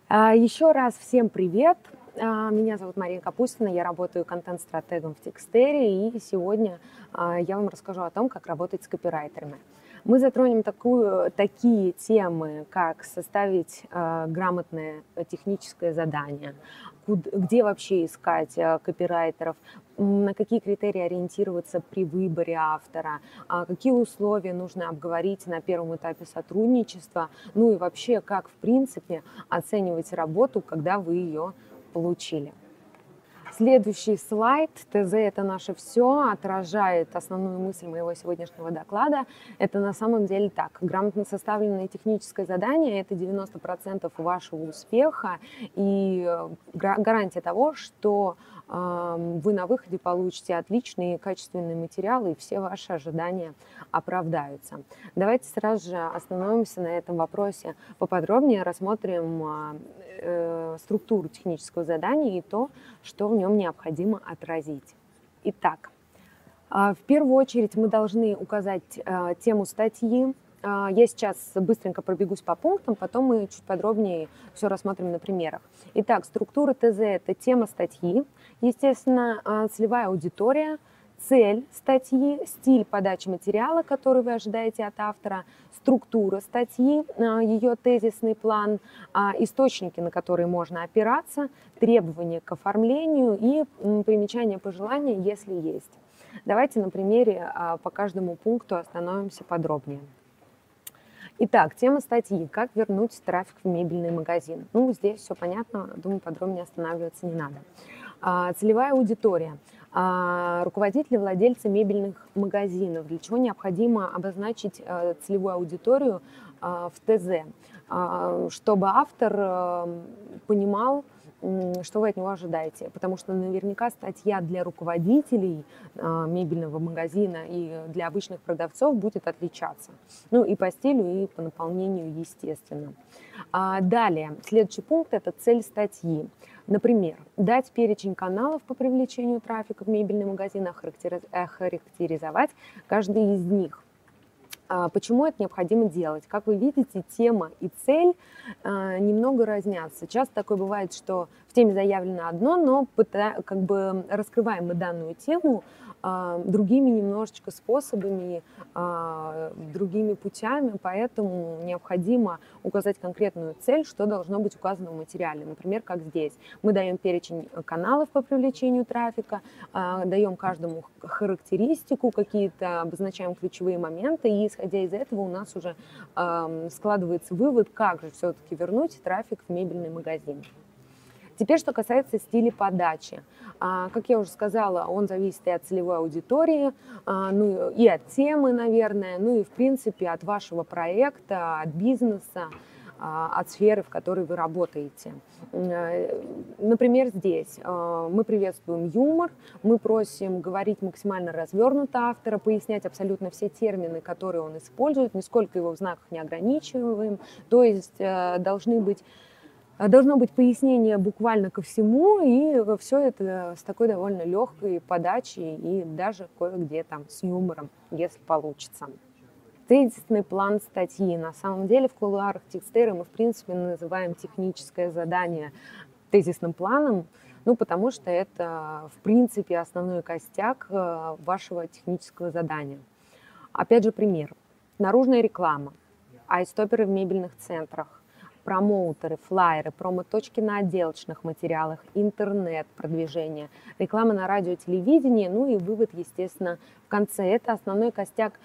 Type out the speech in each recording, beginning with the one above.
Еще раз всем привет! Меня зовут Мария Капустина, я работаю контент-стратегом в Текстере, и сегодня я вам расскажу о том, как работать с копирайтерами. Мы затронем такие темы, как составить грамотное техническое задание, где вообще искать копирайтеров, на какие критерии ориентироваться при выборе автора, какие условия нужно обговорить на первом этапе сотрудничества, ну и вообще, как в принципе оценивать работу, когда вы ее получили. Следующий слайд, ТЗ – это наше все, отражает основную мысль моего сегодняшнего доклада. Это на самом деле так. Грамотно составленное техническое задание – это 90% вашего успеха и гарантия того, что вы на выходе получите отличные и качественные материалы, и все ваши ожидания оправдаются. Давайте сразу же остановимся на этом вопросе поподробнее, рассмотрим структуру технического задания и то, что в нем необходимо отразить. Итак, в первую очередь мы должны указать тему статьи. Я сейчас быстренько пробегусь по пунктам, потом мы чуть подробнее все рассмотрим на примерах. Итак, структура ТЗ – это тема статьи, естественно, целевая аудитория, цель статьи, стиль подачи материала, который вы ожидаете от автора, структура статьи, ее тезисный план, источники, на которые можно опираться, требования к оформлению и примечания, пожелания, если есть. Давайте на примере по каждому пункту остановимся подробнее. Итак, тема статьи «Как вернуть трафик в мебельный магазин». Ну, здесь все понятно, думаю, подробнее останавливаться не надо. Целевая аудитория. Руководители, владельцы мебельных магазинов. Для чего необходимо обозначить целевую аудиторию в ТЗ, чтобы автор понимал, что вы от него ожидаете, потому что наверняка статья для руководителей мебельного магазина и для обычных продавцов будет отличаться. Ну и по стилю, и по наполнению, естественно. Далее, следующий пункт – это цель статьи. Например, дать перечень каналов по привлечению трафика в мебельный магазин, охарактеризовать каждый из них. Почему это необходимо делать? Как вы видите, тема и цель немного разнятся. Часто такое бывает, что в теме заявлено одно, но раскрываем мы данную тему другими немножечко способами, другими путями, поэтому необходимо указать конкретную цель, что должно быть указано в материале. Например, как здесь. Мы даем перечень каналов по привлечению трафика, даем каждому характеристику, какие-то обозначаем ключевые моменты, и исходя из этого у нас уже складывается вывод, как же все-таки вернуть трафик в мебельный магазин. Теперь, что касается стиля подачи. Как я уже сказала, он зависит и от целевой аудитории, ну и от темы, наверное, ну и, в принципе, от вашего проекта, от бизнеса, от сферы, в которой вы работаете. Например, здесь мы приветствуем юмор, мы просим говорить максимально развернуто автора, пояснять абсолютно все термины, которые он использует, нисколько его в знаках не ограничиваем, то есть должно быть пояснение буквально ко всему, и все это с такой довольно легкой подачей и даже кое-где там с юмором, если получится. Тезисный план статьи. На самом деле в кулуарах Текстера мы, в принципе, называем техническое задание тезисным планом, ну, потому что это, в принципе, основной костяк вашего технического задания. Опять же, пример. Наружная реклама, айстоперы в мебельных центрах, промоутеры, флайеры, промо-точки на отделочных материалах, интернет-продвижение, реклама на радио, телевидении, ну и вывод, естественно, в конце. Это основной костяк,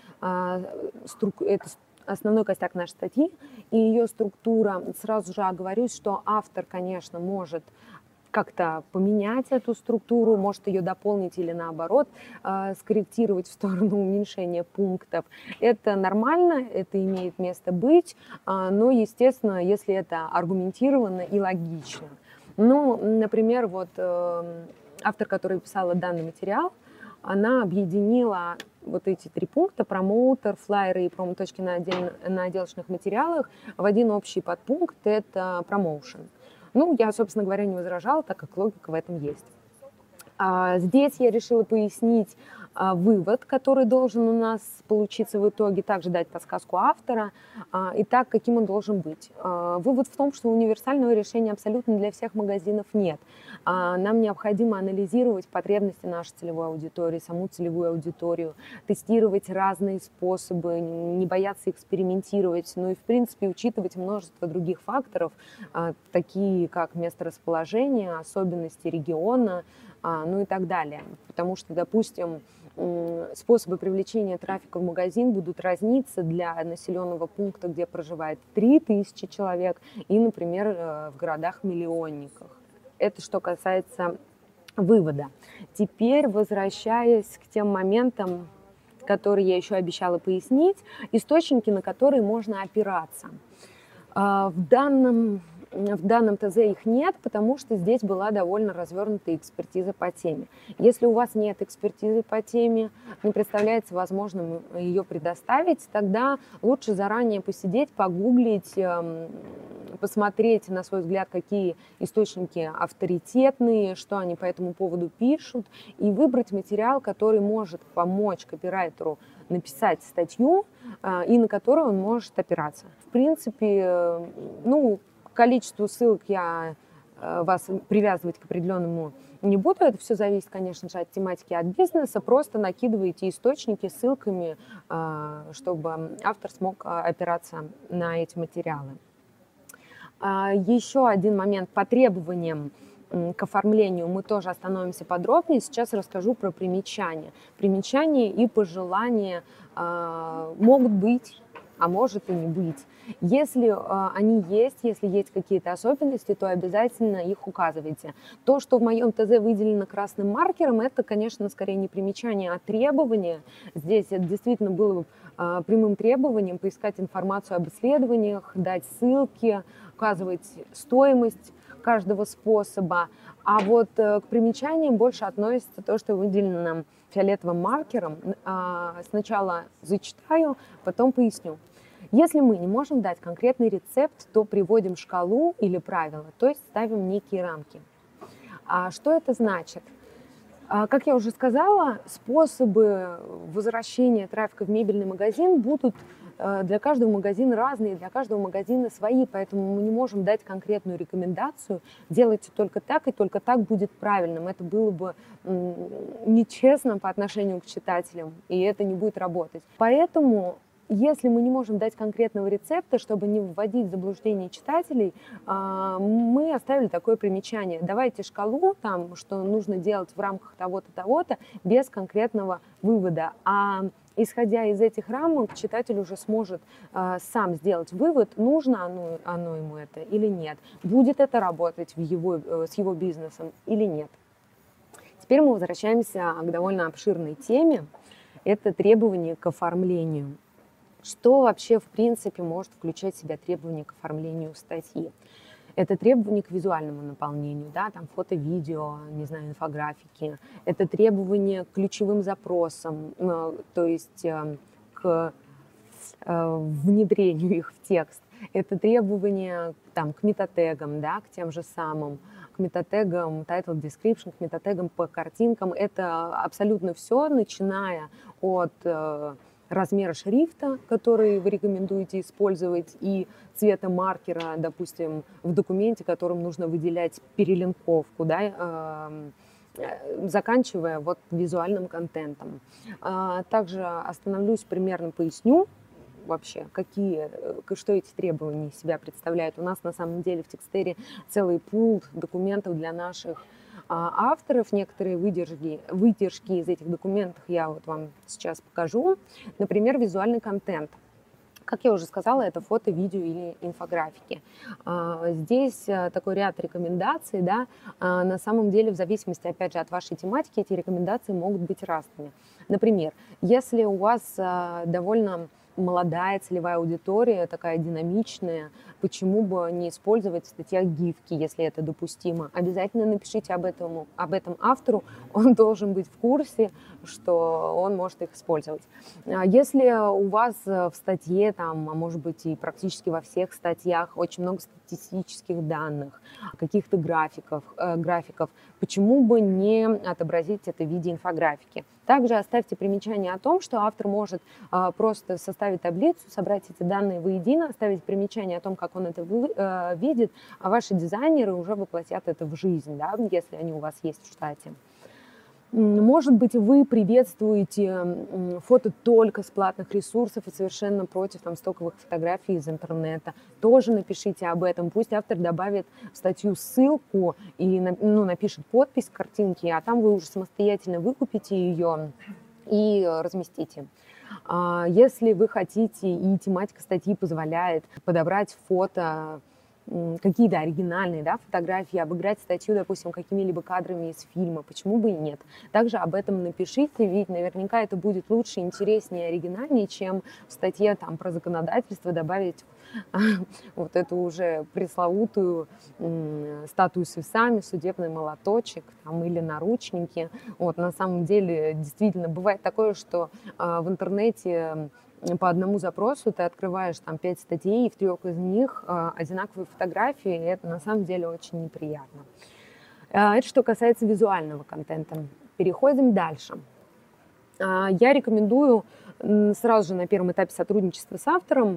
нашей статьи и ее структура. Сразу же оговорюсь, что автор, конечно, может как-то поменять эту структуру, может ее дополнить или наоборот скорректировать в сторону уменьшения пунктов. Это нормально, это имеет место быть, но, естественно, если это аргументированно и логично. Ну, например, вот автор, который писала данный материал, она объединила вот эти 3 пункта, промоутер, флайеры и промо-точки на отделочных материалах, в один общий подпункт – это промоушен. Ну, я, собственно говоря, не возражала, так как логика в этом есть. Здесь я решила пояснить вывод, который должен у нас получиться в итоге, также дать подсказку автора, итак, каким он должен быть. Вывод в том, что универсального решения абсолютно для всех магазинов нет. Нам необходимо анализировать потребности нашей целевой аудитории, саму целевую аудиторию, тестировать разные способы, не бояться экспериментировать, ну и, в принципе, учитывать множество других факторов, такие как месторасположение, особенности региона, ну и так далее. Потому что, допустим, способы привлечения трафика в магазин будут разниться для населенного пункта, где проживает 3000 человек, и, например, в городах-миллионниках. Это что касается вывода. Теперь, возвращаясь к тем моментам, которые я еще обещала пояснить, источники, на которые можно опираться. В данном ТЗ их нет, потому что здесь была довольно развернутая экспертиза по теме. Если у вас нет экспертизы по теме, не представляется возможным ее предоставить, тогда лучше заранее посидеть, погуглить, посмотреть, на свой взгляд, какие источники авторитетные, что они по этому поводу пишут, и выбрать материал, который может помочь копирайтеру написать статью и на которую он может опираться. В принципе, к количеству ссылок я вас привязывать к определенному не буду. Это все зависит, конечно же, от тематики, от бизнеса. Просто накидывайте источники ссылками, чтобы автор смог опираться на эти материалы. Еще один момент по требованиям к оформлению мы тоже остановимся подробнее. Сейчас расскажу про примечания. Примечания и пожелания могут быть, а может и не быть. Если они есть, если есть какие-то особенности, то обязательно их указывайте. То, что в моем ТЗ выделено красным маркером, это, конечно, скорее не примечание, а требование. Здесь это действительно было прямым требованием поискать информацию об исследованиях, дать ссылки, указывать стоимость каждого способа. А вот к примечаниям больше относится то, что выделено фиолетовым маркером. Сначала зачитаю, потом поясню. Если мы не можем дать конкретный рецепт, то приводим шкалу или правила, то есть ставим некие рамки. Что это значит? Как я уже сказала, способы возвращения трафика в мебельный магазин будут для каждого магазина разные, для каждого магазина свои, поэтому мы не можем дать конкретную рекомендацию. Делайте только так, и только так будет правильным. Это было бы нечестно по отношению к читателям, и это не будет работать. Поэтому, если мы не можем дать конкретного рецепта, чтобы не вводить в заблуждение читателей, мы оставили такое примечание. Давайте шкалу, что нужно делать в рамках того-то, того-то, без конкретного вывода. А исходя из этих рамок, читатель уже сможет сам сделать вывод, нужно оно ему это или нет, будет это работать с его бизнесом или нет. Теперь мы возвращаемся к довольно обширной теме. Это требования к оформлению. Что вообще, в принципе, может включать в себя требования к оформлению статьи? Это требования к визуальному наполнению, фото, видео, инфографики. Это требования к ключевым запросам, то есть к внедрению их в текст. Это требования к метатегам, к тем же самым, к метатегам title description, к метатегам по картинкам. Это абсолютно все, начиная от размера шрифта, который вы рекомендуете использовать, и цвета маркера, допустим, в документе, которым нужно выделять перелинковку, заканчивая визуальным контентом. Также остановлюсь, примерно поясню вообще, что эти требования из себя представляют. У нас на самом деле в Текстере целый пул документов для наших авторов. Некоторые выдержки из этих документов я вам сейчас покажу. Например, визуальный контент. Как я уже сказала, это фото, видео или инфографики. Здесь такой ряд рекомендаций, на самом деле в зависимости, опять же, от вашей тематики, эти рекомендации могут быть разными. Например, если у вас довольно молодая целевая аудитория, такая динамичная, почему бы не использовать в статьях гифки, если это допустимо. Обязательно напишите об этом автору, он должен быть в курсе, что он может их использовать. Если у вас в статье, там, а может быть и практически во всех статьях очень много статистических данных, каких-то графиков, почему бы не отобразить это в виде инфографики? Также оставьте примечание о том, что автор может просто составить таблицу, собрать эти данные воедино, оставить примечание о том, как он это видит, а ваши дизайнеры уже воплотят это в жизнь, да, если они у вас есть в штате. Может быть, вы приветствуете фото только с платных ресурсов и совершенно против там, стоковых фотографий из интернета. Тоже напишите об этом. Пусть автор добавит в статью ссылку и напишет подпись к картинке, а там вы уже самостоятельно выкупите ее и разместите. Если вы хотите и тематика статьи позволяет подобрать фото, какие-то оригинальные, да, фотографии, обыграть статью, допустим, какими-либо кадрами из фильма, почему бы и нет. Также об этом напишите, ведь наверняка это будет лучше, интереснее, оригинальнее, чем в статье там, про законодательство добавить вот эту уже пресловутую статую с весами, судебный молоточек там, или наручники. Вот, на самом деле, действительно, бывает такое, что в интернете по одному запросу ты открываешь там 5 статей, и в 3 из них одинаковые фотографии, и это на самом деле очень неприятно. Это что касается визуального контента. Переходим дальше. Я рекомендую сразу же на первом этапе сотрудничества с автором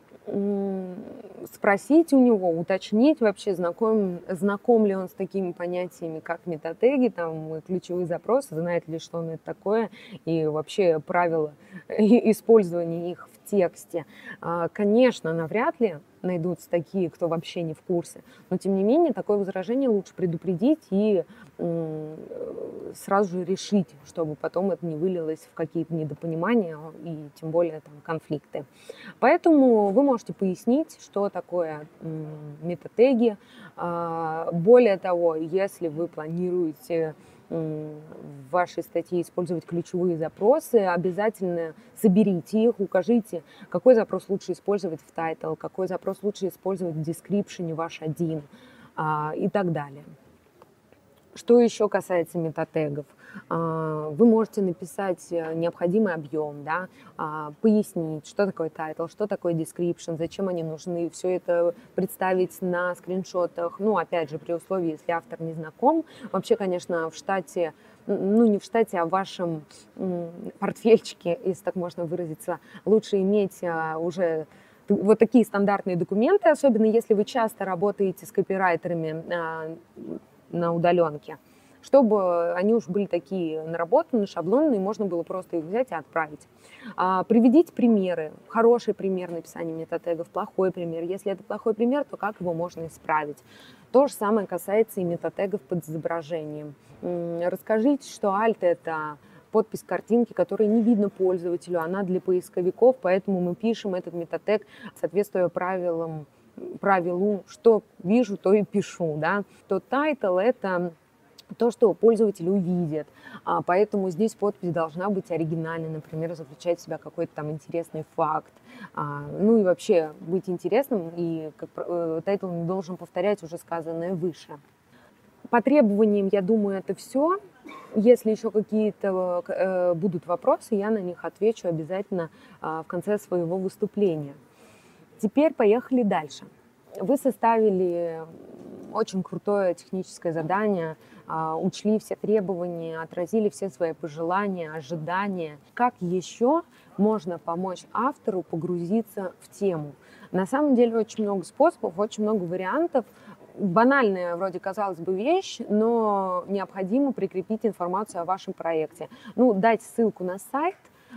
спросить у него, уточнить вообще, знаком ли он с такими понятиями, как метатеги, там, ключевые запросы, знает ли, что это такое, и вообще правила использования их в тексте. Конечно, навряд ли найдутся такие, кто вообще не в курсе, но, тем не менее, такое возражение лучше предупредить и сразу же решить, чтобы потом это не вылилось в какие-то недопонимания и тем более там, конфликты. Поэтому вы можете пояснить, что такое метатеги. Более того, если вы планируете в вашей статье использовать ключевые запросы, обязательно соберите их, укажите, какой запрос лучше использовать в title, какой запрос лучше использовать в description ваш один и так далее. Что еще касается метатегов? Вы можете написать необходимый объем, да, пояснить, что такое title, что такое description, зачем они нужны, все это представить на скриншотах, опять же, при условии, если автор не знаком. Вообще, конечно, в штате, не в штате, а в вашем портфельчике, если так можно выразиться, лучше иметь уже вот такие стандартные документы, особенно если вы часто работаете с копирайтерами на удаленке, чтобы они уж были такие наработанные, шаблонные, можно было просто их взять и отправить. Приведите примеры. Хороший пример написания метатегов, плохой пример. Если это плохой пример, то как его можно исправить? То же самое касается и метатегов под изображением. Расскажите, что alt — это подпись картинки, которая не видно пользователю, она для поисковиков, поэтому мы пишем этот метатег, соответствуя правилу, что вижу, то и пишу, да. То title — это то, что пользователь увидит, поэтому здесь подпись должна быть оригинальной, например, заключать в себя какой-то там интересный факт, и вообще быть интересным, и тайтл не должен повторять уже сказанное выше. По требованиям, я думаю, это все. Если еще какие-то будут вопросы, я на них отвечу обязательно в конце своего выступления. Теперь поехали дальше. Вы составили очень крутое техническое задание, учли все требования, отразили все свои пожелания, ожидания. Как еще можно помочь автору погрузиться в тему? На самом деле очень много способов, очень много вариантов. Банальная, вроде, казалось бы, вещь, но необходимо прикрепить информацию о вашем проекте. Дать ссылку на сайт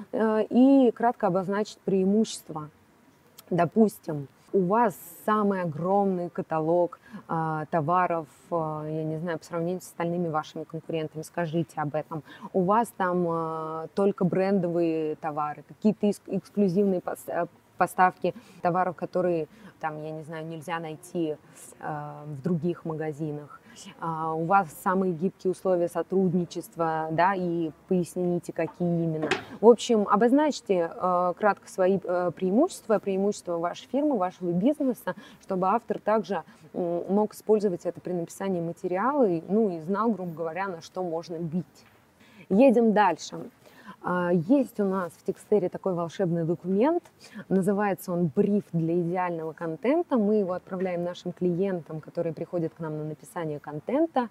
и кратко обозначить преимущества. Допустим, у вас самый огромный каталог товаров, я не знаю, по сравнению с остальными вашими конкурентами, скажите об этом. У вас там только брендовые товары, какие-то эксклюзивные поставки товаров, которые, там, я не знаю, нельзя найти в других магазинах. У вас самые гибкие условия сотрудничества, да, и поясните, какие именно. В общем, обозначьте кратко свои преимущества вашей фирмы, вашего бизнеса, чтобы автор также мог использовать это при написании материала, ну и знал, грубо говоря, на что можно бить. Едем дальше. Есть у нас в Текстере такой волшебный документ, называется он «Бриф для идеального контента». Мы его отправляем нашим клиентам, которые приходят к нам на написание контента.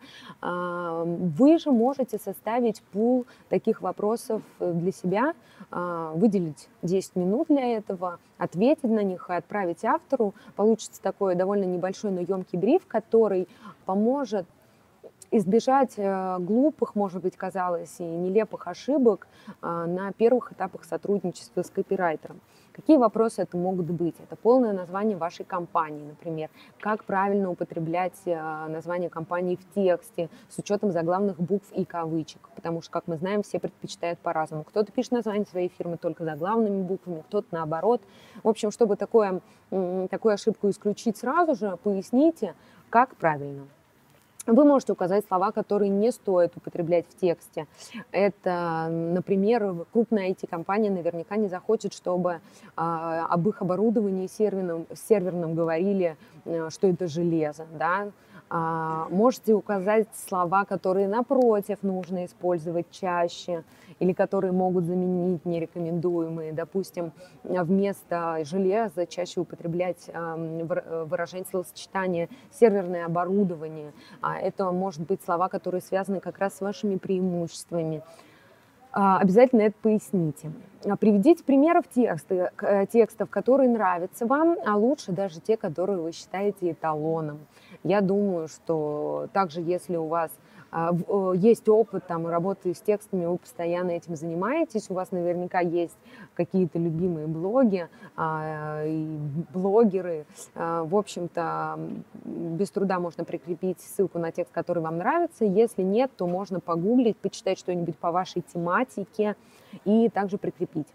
Вы же можете составить пул таких вопросов для себя, выделить 10 минут для этого, ответить на них и отправить автору. Получится такой довольно небольшой, но емкий бриф, который поможет избежать глупых, может быть, казалось, и нелепых ошибок на первых этапах сотрудничества с копирайтером. Какие вопросы это могут быть? Это полное название вашей компании, например. Как правильно употреблять название компании в тексте с учетом заглавных букв и кавычек. Потому что, как мы знаем, все предпочитают по-разному. Кто-то пишет название своей фирмы только заглавными буквами, кто-то наоборот. В общем, чтобы такую ошибку исключить сразу же, поясните, как правильно. Вы можете указать слова, которые не стоит употреблять в тексте. Это, например, крупная IT-компания наверняка не захочет, чтобы об их оборудовании серверном говорили, что это железо. Да? Можете указать слова, которые, напротив, нужно использовать чаще или которые могут заменить нерекомендуемые. Допустим, вместо железа чаще употреблять выражение словосочетание «серверное оборудование». Это может быть слова, которые связаны как раз с вашими преимуществами. Обязательно это поясните. Приведите примеров текстов, которые нравятся вам, а лучше даже те, которые вы считаете эталоном. Я думаю, что также, если у вас есть опыт работы с текстами, вы постоянно этим занимаетесь, у вас наверняка есть какие-то любимые блоги, и блогеры. В общем-то, без труда можно прикрепить ссылку на текст, который вам нравится. Если нет, то можно погуглить, почитать что-нибудь по вашей тематике и также прикрепить.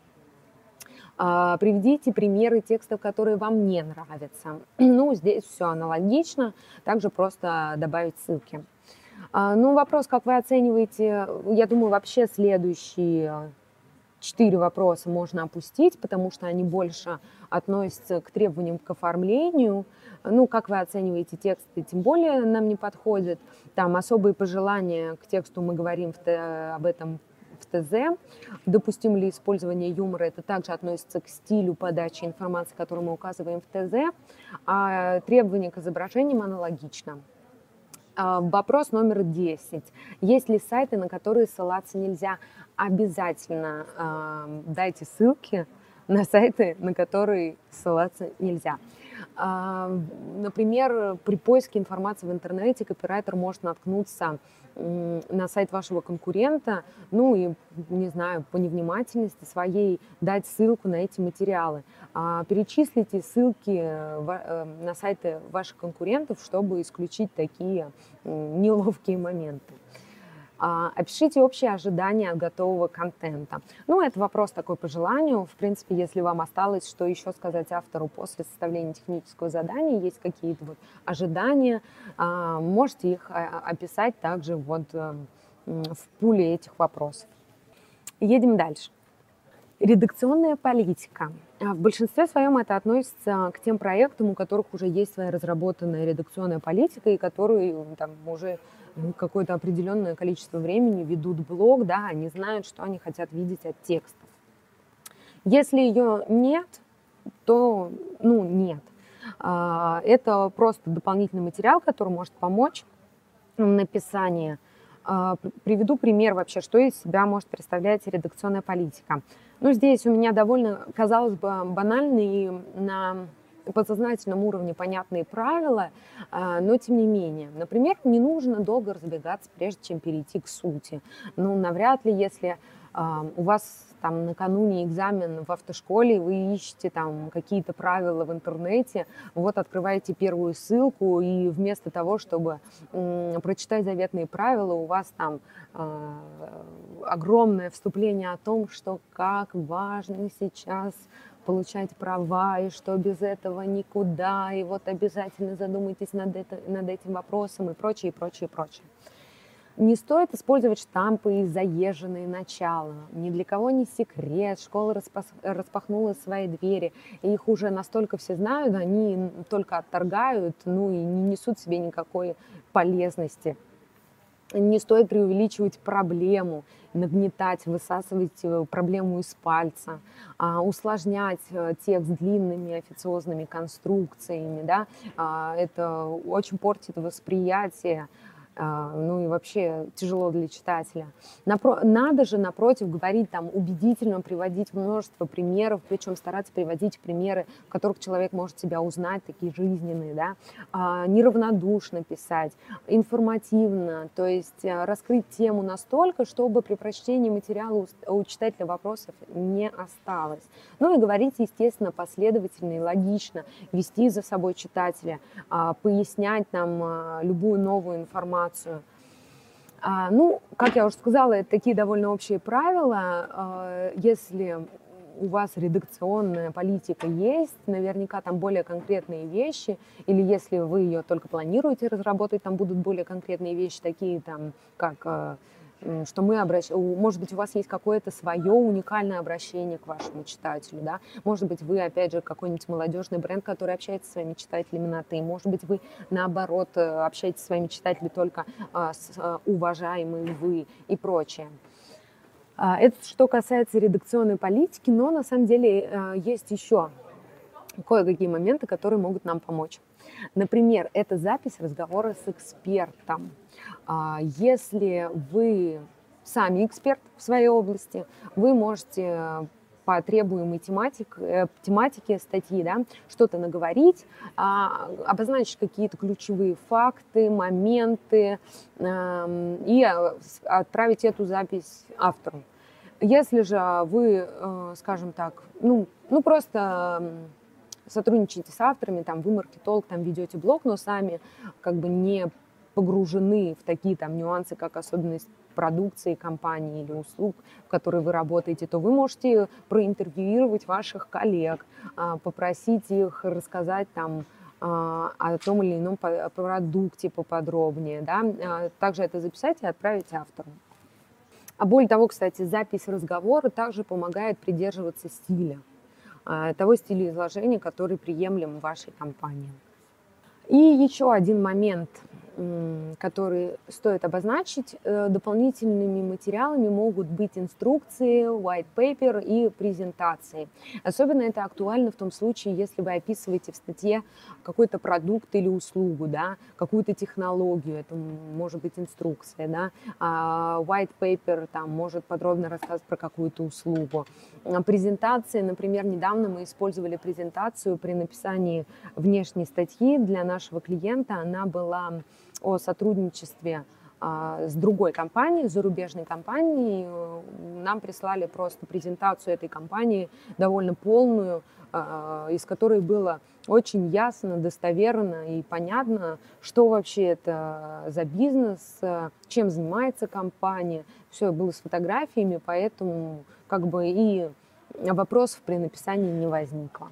Приведите примеры текстов, которые вам не нравятся. Ну, здесь все аналогично, также просто добавить ссылки. Вопрос, как вы оцениваете, я думаю, вообще следующие 4 вопроса можно опустить, потому что они больше относятся к требованиям к оформлению. Как вы оцениваете тексты, тем более нам не подходит. Там особые пожелания к тексту мы говорим об этом в ТЗ. Допустимо ли использование юмора, это также относится к стилю подачи информации, которую мы указываем в ТЗ. А требования к изображениям аналогично. Вопрос номер 10. Есть ли сайты, на которые ссылаться нельзя? Обязательно дайте ссылки на сайты, на которые ссылаться нельзя. Например, при поиске информации в интернете копирайтер может наткнуться на сайт вашего конкурента, и, не знаю, по невнимательности своей дать ссылку на эти материалы. Перечислите ссылки на сайты ваших конкурентов, чтобы исключить такие неловкие моменты. Опишите общие ожидания от готового контента. Это вопрос такой по желанию. В принципе, если вам осталось что еще сказать автору после составления технического задания, есть какие-то ожидания, можете их описать также в пуле этих вопросов. Едем дальше. Редакционная политика. В большинстве своем это относится к тем проектам, у которых уже есть своя разработанная редакционная политика, и которые уже какое-то определенное количество времени ведут блог, да, они знают, что они хотят видеть от текстов. Если ее нет, то нет. Это просто дополнительный материал, который может помочь в написании. Приведу пример вообще, что из себя может представлять редакционная политика. Здесь у меня довольно, казалось бы, банальные на подсознательном уровне понятные правила, но тем не менее. Например, не нужно долго разбегаться, прежде чем перейти к сути. Навряд ли, если у вас накануне экзамен в автошколе, вы ищете какие-то правила в интернете, открываете первую ссылку, и вместо того, чтобы прочитать заветные правила, у вас огромное вступление о том, что как важно сейчас получать права, и что без этого никуда, и вот обязательно задумайтесь над этим вопросом и прочее, и прочее, и прочее. Не стоит использовать штампы и заезженные начала. Ни для кого не секрет. Школа распахнула свои двери, и их уже настолько все знают, они только отторгают, ну и не несут себе никакой полезности. Не стоит преувеличивать проблему, нагнетать, высасывать проблему из пальца, усложнять текст длинными официозными конструкциями. Да? Это очень портит восприятие, ну и вообще тяжело для читателя. Надо же, напротив, говорить там убедительно, приводить множество примеров, причем стараться приводить примеры, в которых человек может себя узнать, такие жизненные, да, неравнодушно писать, информативно, то есть раскрыть тему настолько, чтобы при прочтении материала у читателя вопросов не осталось. Ну и говорить, естественно, последовательно и логично, вести за собой читателя, пояснять нам любую новую информацию. Ну, как я уже сказала, это такие довольно общие правила. Если у вас редакционная политика есть, наверняка там более конкретные вещи, или если вы ее только планируете разработать, там будут более конкретные вещи, такие там, как что может быть, у вас есть какое-то свое уникальное обращение к вашему читателю, да? Может быть, вы, опять же, какой-нибудь молодежный бренд, который общается с своими читателями на «ты». Может быть, вы, наоборот, общаетесь с своими читателями только с уважаемым «вы» и прочее. Это что касается редакционной политики, но на самом деле есть еще кое-какие моменты, которые могут нам помочь. Например, это запись разговора с экспертом. Если вы сами эксперт в своей области, вы можете по требуемой тематике статьи, да, что-то наговорить, обозначить какие-то ключевые факты, моменты и отправить эту запись автору. Если же вы, скажем так, ну просто сотрудничаете с авторами, там, вы маркетолог, там, ведете блог, но сами как бы не погружены в такие там нюансы, как особенность продукции компании или услуг, в которой вы работаете, то вы можете проинтервьюировать ваших коллег, попросить их рассказать там о том или ином продукте поподробнее, да? Также это записать и отправить автору. А более того, кстати, запись разговора также помогает придерживаться стиля, того стиля изложения, который приемлем в вашей компании. И еще один момент, который стоит обозначить: дополнительными материалами могут быть инструкции, white paper и презентации. Особенно это актуально в том случае, если вы описываете в статье какой-то продукт или услугу, да, какую-то технологию, это может быть инструкция, да, white paper там может подробно рассказывать про какую-то услугу. Презентации, например, недавно мы использовали презентацию при написании внешней статьи для нашего клиента. Она была о сотрудничестве с другой компанией, зарубежной компанией. Нам прислали просто презентацию этой компании, довольно полную, из которой было очень ясно, достоверно и понятно, что вообще это за бизнес, чем занимается компания. Все было с фотографиями, поэтому как бы и вопросов при написании не возникло.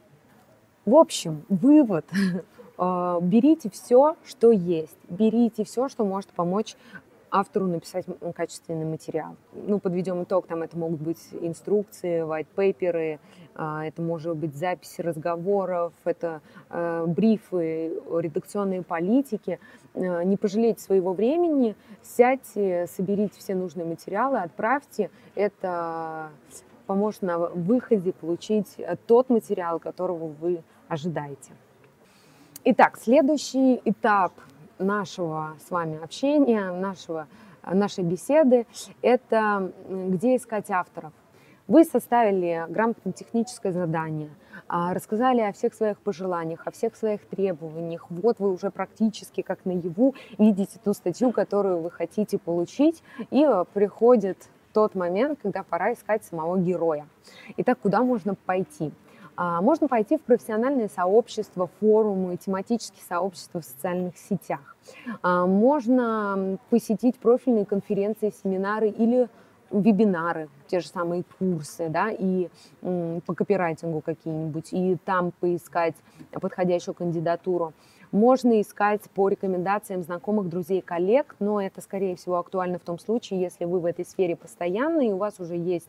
В общем, вывод. Берите все, что есть. Берите все, что может помочь автору написать качественный материал. Ну, подведем итог, там это могут быть инструкции, white paper, это может быть записи разговоров, это брифы, редакционные политики. Не пожалейте своего времени, сядьте, соберите все нужные материалы, отправьте. Это поможет на выходе получить тот материал, которого вы ожидаете. Итак, следующий этап нашего с вами общения, нашей беседы – это где искать авторов. Вы составили грамотное техническое задание, рассказали о всех своих пожеланиях, о всех своих требованиях. Вот вы уже практически как наяву видите ту статью, которую вы хотите получить, и приходит тот момент, когда пора искать самого героя. Итак, куда можно пойти? Можно пойти в профессиональные сообщества, форумы, тематические сообщества в социальных сетях. Можно посетить профильные конференции, семинары или вебинары, те же самые курсы, да, и по копирайтингу какие-нибудь, и там поискать подходящую кандидатуру. Можно искать по рекомендациям знакомых, друзей, коллег, но это, скорее всего, актуально в том случае, если вы в этой сфере постоянно, и у вас уже есть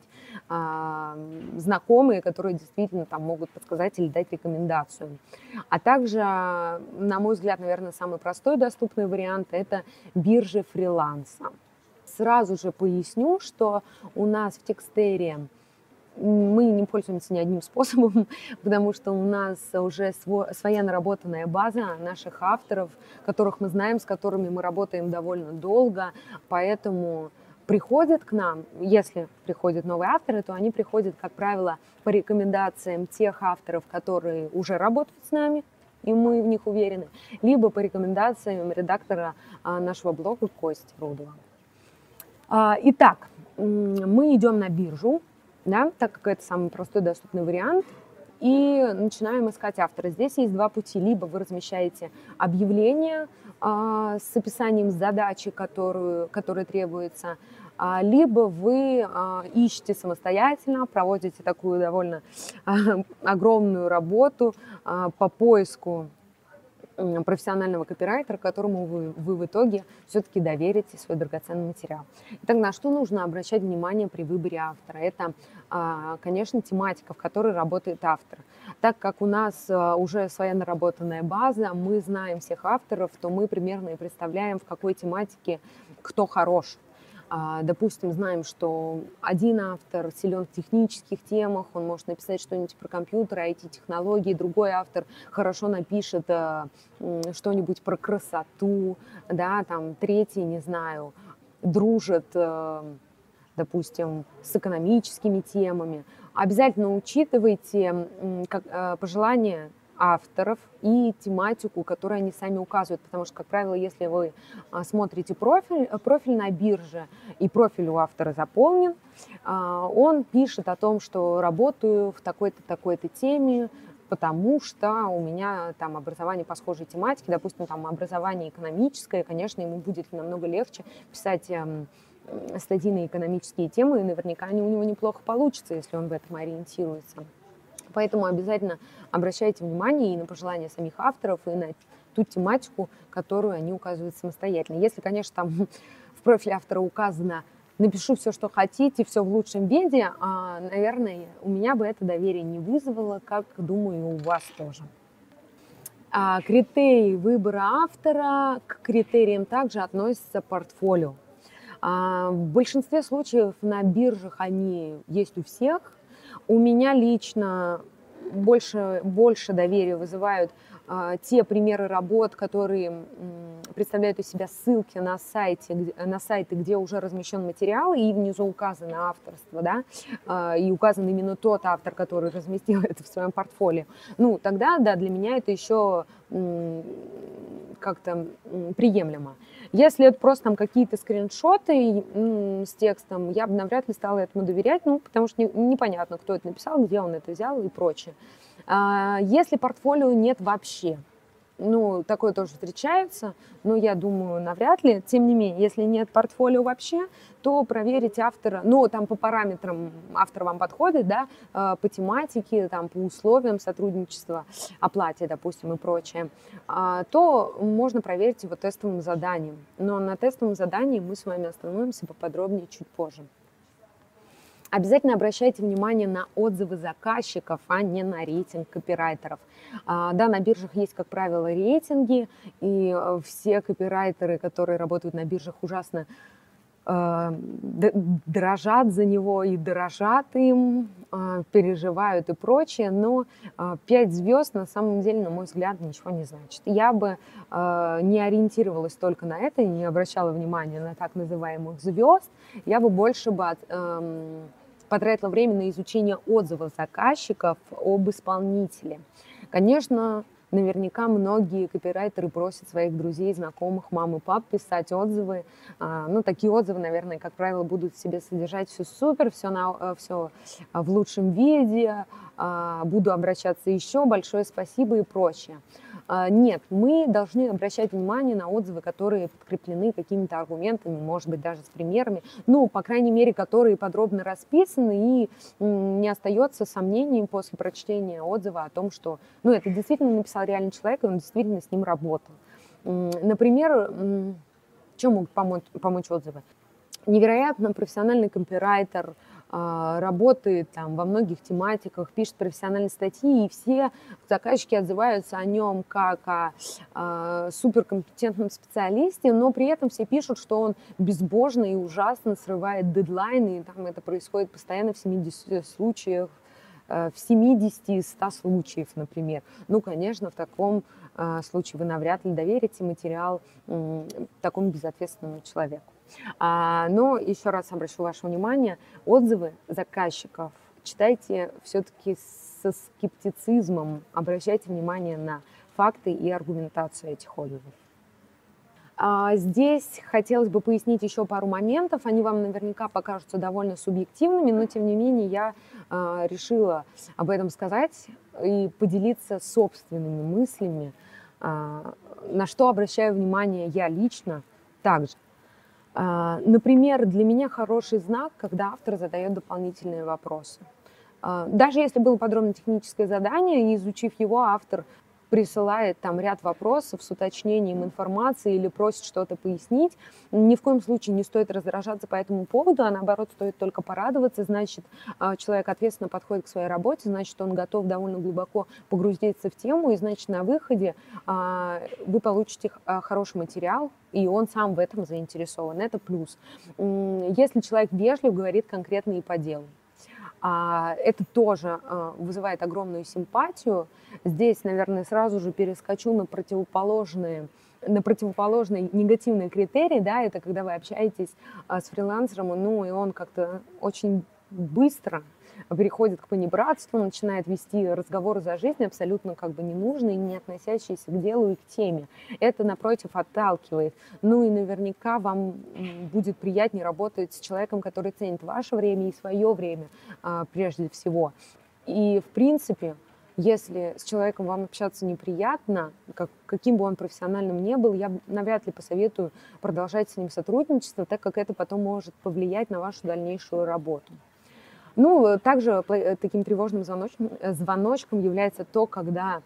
знакомые, которые действительно там могут подсказать или дать рекомендацию. А также, на мой взгляд, наверное, самый простой доступный вариант – это биржи фриланса. Сразу же поясню, что у нас в Текстере мы не пользуемся ни одним способом, потому что у нас уже своя наработанная база наших авторов, которых мы знаем, с которыми мы работаем довольно долго, поэтому приходят к нам, если приходят новые авторы, то они приходят, как правило, по рекомендациям тех авторов, которые уже работают с нами, и мы в них уверены, либо по рекомендациям редактора нашего блога Кости Рудова. Итак, мы идем на биржу, да, так как это самый простой доступный вариант, и начинаем искать автора. Здесь есть два пути. Либо вы размещаете объявление с описанием задачи, которая требуется, либо вы ищете самостоятельно, проводите такую довольно огромную работу по поиску профессионального копирайтера, которому вы в итоге все-таки доверите свой драгоценный материал. Итак, на что нужно обращать внимание при выборе автора? Это, конечно, тематика, в которой работает автор. Так как у нас уже своя наработанная база, мы знаем всех авторов, то мы примерно и представляем, в какой тематике кто хорош. Допустим, знаем, что один автор силен в технических темах, он может написать что-нибудь про компьютеры, IT-технологии, другой автор хорошо напишет что-нибудь про красоту, да, там, третий, не знаю, дружит, допустим, с экономическими темами. Обязательно учитывайте пожелания авторов и тематику, которую они сами указывают, потому что, как правило, если вы смотрите профиль на бирже, и профиль у автора заполнен, он пишет о том, что работаю в такой-то, такой-то теме, потому что у меня там образование по схожей тематике, допустим, там образование экономическое, конечно, ему будет намного легче писать статьи на экономические темы, и наверняка у него неплохо получится, если он в этом ориентируется. Поэтому обязательно обращайте внимание и на пожелания самих авторов, и на ту тематику, которую они указывают самостоятельно. Если, конечно, там в профиле автора указано «напишу все, что хотите, все в лучшем виде», наверное, у меня бы это доверие не вызвало, как, думаю, у вас тоже. Критерии выбора автора, к критериям также относится портфолио. В большинстве случаев на биржах они есть у всех. У меня лично больше доверия вызывают те примеры работ, которые представляют из себя ссылки на сайты, где уже размещен материал, и внизу указано авторство, да, и указан именно тот автор, который разместил это в своем портфолио. Ну, тогда, да, для меня это еще как-то приемлемо. Если это просто там какие-то скриншоты с текстом, я бы навряд ли стала этому доверять, потому что непонятно, кто это написал, где он это взял и прочее. Если портфолио нет вообще, такое тоже встречается, но я думаю, навряд ли. Тем не менее, если нет портфолио вообще, то проверить автора, там по параметрам автор вам подходит, да, по тематике, там, по условиям сотрудничества, оплате, допустим, и прочее, то можно проверить его тестовым заданием. Но на тестовом задании мы с вами остановимся поподробнее чуть позже. Обязательно обращайте внимание на отзывы заказчиков, а не на рейтинг копирайтеров. Да, на биржах есть, как правило, рейтинги, и все копирайтеры, которые работают на биржах, ужасно дрожат за него и дорожат им, переживают и прочее, но 5 звезд на самом деле, на мой взгляд, ничего не значит. Я бы не ориентировалась только на это, не обращала внимания на так называемых звезд, я бы больше потратила время на изучение отзывов заказчиков об исполнителе. Конечно, наверняка многие копирайтеры просят своих друзей, знакомых, мам и пап писать отзывы. Такие отзывы, наверное, как правило, будут в себе содержать все супер, все в лучшем виде, буду обращаться еще, большое спасибо и прочее. Нет, мы должны обращать внимание на отзывы, которые подкреплены какими-то аргументами, может быть, даже с примерами, ну, по крайней мере, которые подробно расписаны, и не остается сомнений после прочтения отзыва о том, что, ну, это действительно написал реальный человек, и он действительно с ним работал. Например, чем могут помочь отзывы? Невероятно профессиональный копирайтер, работает там во многих тематиках, пишет профессиональные статьи, и все заказчики отзываются о нем как о суперкомпетентном специалисте, но при этом все пишут, что он безбожно и ужасно срывает дедлайны, и там это происходит постоянно в 70 случаях, в 70 из 100 случаев, например. Ну, конечно, в таком случае вы навряд ли доверите материал такому безответственному человеку. Но еще раз обращу ваше внимание, отзывы заказчиков читайте все-таки со скептицизмом, обращайте внимание на факты и аргументацию этих отзывов. Здесь хотелось бы пояснить еще пару моментов. Они вам наверняка покажутся довольно субъективными, но тем не менее я решила об этом сказать и поделиться собственными мыслями, на что обращаю внимание я лично также. Например, для меня хороший знак, когда автор задает дополнительные вопросы. Даже если было подробно техническое задание, и изучив его, автор присылает там ряд вопросов с уточнением информации или просит что-то пояснить, ни в коем случае не стоит раздражаться по этому поводу, а наоборот стоит только порадоваться. Значит, человек ответственно подходит к своей работе, значит, он готов довольно глубоко погрузиться в тему, и значит, на выходе вы получите хороший материал, и он сам в этом заинтересован. Это плюс. Если человек вежлив, говорит конкретно и по делу. Это тоже вызывает огромную симпатию. Здесь, наверное, сразу же перескочу на противоположные негативные критерии. Да, это когда вы общаетесь с фрилансером, ну и он как-то очень быстро переходит к понебратству, начинает вести разговоры за жизнь, абсолютно как бы ненужные, не относящиеся к делу и к теме. Это, напротив, отталкивает. Ну и наверняка вам будет приятнее работать с человеком, который ценит ваше время и свое время прежде всего. И, в принципе, если с человеком вам общаться неприятно, каким бы он профессиональным ни был, я навряд ли посоветую продолжать с ним сотрудничество, так как это потом может повлиять на вашу дальнейшую работу. Ну, также таким тревожным звоночком является то, когда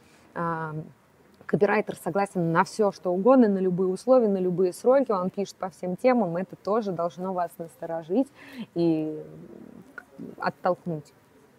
копирайтер согласен на все, что угодно, на любые условия, на любые сроки, он пишет по всем темам, это тоже должно вас насторожить и оттолкнуть.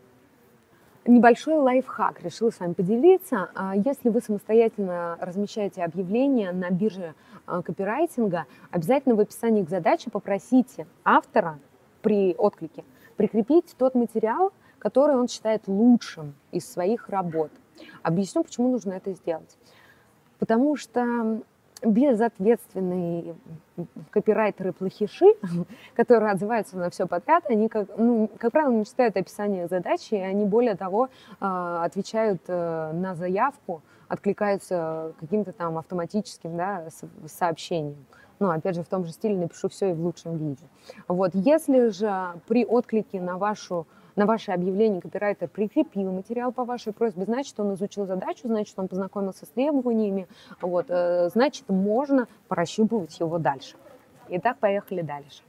Небольшой лайфхак решила с вами поделиться. Если вы самостоятельно размещаете объявления на бирже копирайтинга, обязательно в описании к задаче попросите автора при отклике прикрепить тот материал, который он считает лучшим из своих работ. Объясню, почему нужно это сделать. Потому что безответственные копирайтеры-плохиши, которые отзываются на все подряд, они, как правило, не читают описание задачи, и они, более того, отвечают на заявку, откликаются каким-то там автоматическим, да, сообщением. Ну, опять же, в том же стиле напишу все и в лучшем виде. Вот. Если же при отклике на ваше объявление копирайтер прикрепил материал по вашей просьбе, значит, он изучил задачу, значит, он познакомился с требованиями, вот, значит, можно прощупывать его дальше. Итак, поехали дальше.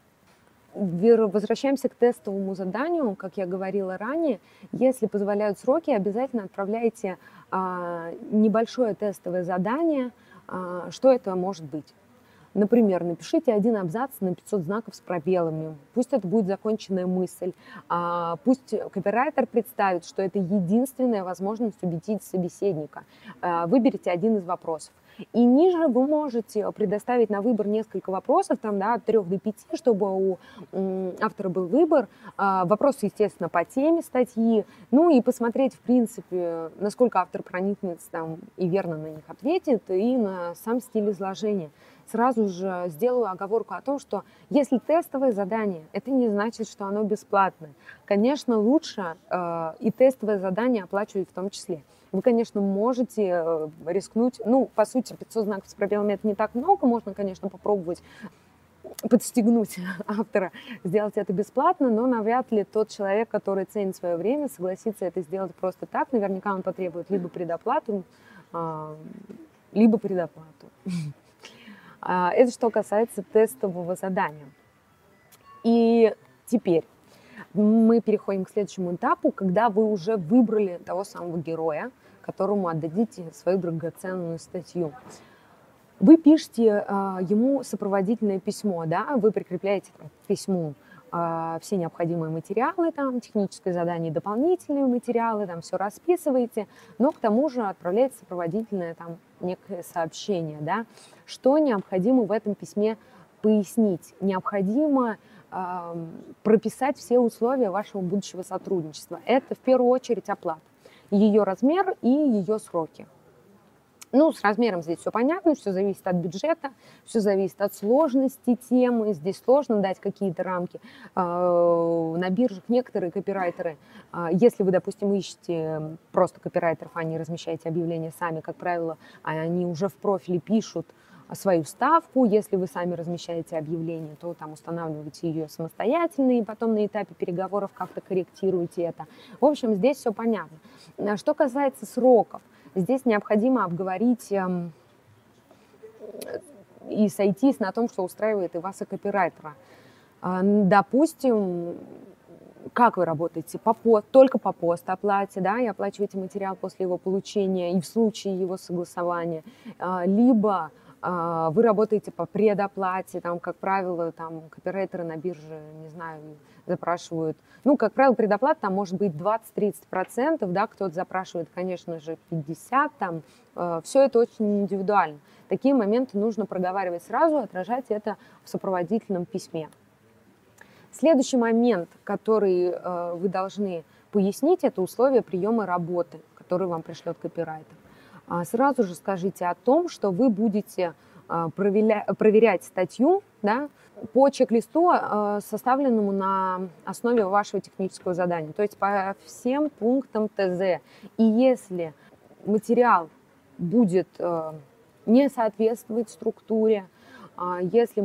Возвращаемся к тестовому заданию. Как я говорила ранее, если позволяют сроки, обязательно отправляйте небольшое тестовое задание. Что это может быть? Например, напишите один абзац на 500 знаков с пробелами. Пусть это будет законченная мысль. Пусть копирайтер представит, что это единственная возможность убедить собеседника. Выберите один из вопросов. И ниже вы можете предоставить на выбор несколько вопросов, там, да, от 3 до 5, чтобы у автора был выбор. Вопросы, естественно, по теме статьи. Ну и посмотреть, в принципе, насколько автор проникнется там и верно на них ответит, и на сам стиль изложения. Сразу же сделаю оговорку о том, что если тестовое задание, это не значит, что оно бесплатное. Конечно, лучше и тестовое задание оплачивать в том числе. Вы, конечно, можете рискнуть, ну, по сути, 500 знаков с пробелами это не так много, можно, конечно, попробовать подстегнуть автора сделать это бесплатно, но навряд ли тот человек, который ценит свое время, согласится это сделать просто так. Наверняка он потребует либо предоплату, либо предоплату. Это что касается тестового задания. И теперь мы переходим к следующему этапу, когда вы уже выбрали того самого героя, которому отдадите свою драгоценную статью. Вы пишете ему сопроводительное письмо, да, вы прикрепляете к письму все необходимые материалы, там, техническое задание, дополнительные материалы, там, все расписываете, но к тому же отправляете сопроводительное там, некое сообщение, да, что необходимо в этом письме пояснить. Необходимо прописать все условия вашего будущего сотрудничества. Это в первую очередь оплата, ее размер и ее сроки. Ну, с размером здесь все понятно, все зависит от бюджета, все зависит от сложности темы. Здесь сложно дать какие-то рамки. На биржах некоторые копирайтеры, если вы, допустим, ищете просто копирайтеров, а не размещаете объявления сами, как правило, они уже в профиле пишут свою ставку. Если вы сами размещаете объявление, то там устанавливаете ее самостоятельно и потом на этапе переговоров как-то корректируете это. В общем, здесь все понятно. Что касается сроков, здесь необходимо обговорить и сойтись на том, что устраивает и вас, и копирайтера. Допустим, как вы работаете? Только по постоплате, да, и оплачиваете материал после его получения и в случае его согласования. Либо вы работаете по предоплате, там, как правило, там, копирайтеры на бирже, не знаю, запрашивают, ну, как правило, предоплата там может быть 20-30%, да, кто-то запрашивает, конечно же, 50%, там, все это очень индивидуально. Такие моменты нужно проговаривать сразу, отражать это в сопроводительном письме. Следующий момент, который вы должны пояснить, это условия приема работы, которые вам пришлет копирайтер. Сразу же скажите о том, что вы будете проверять статью, да, по чек-листу, составленному на основе вашего технического задания, то есть по всем пунктам ТЗ. И если материал будет не соответствовать структуре, если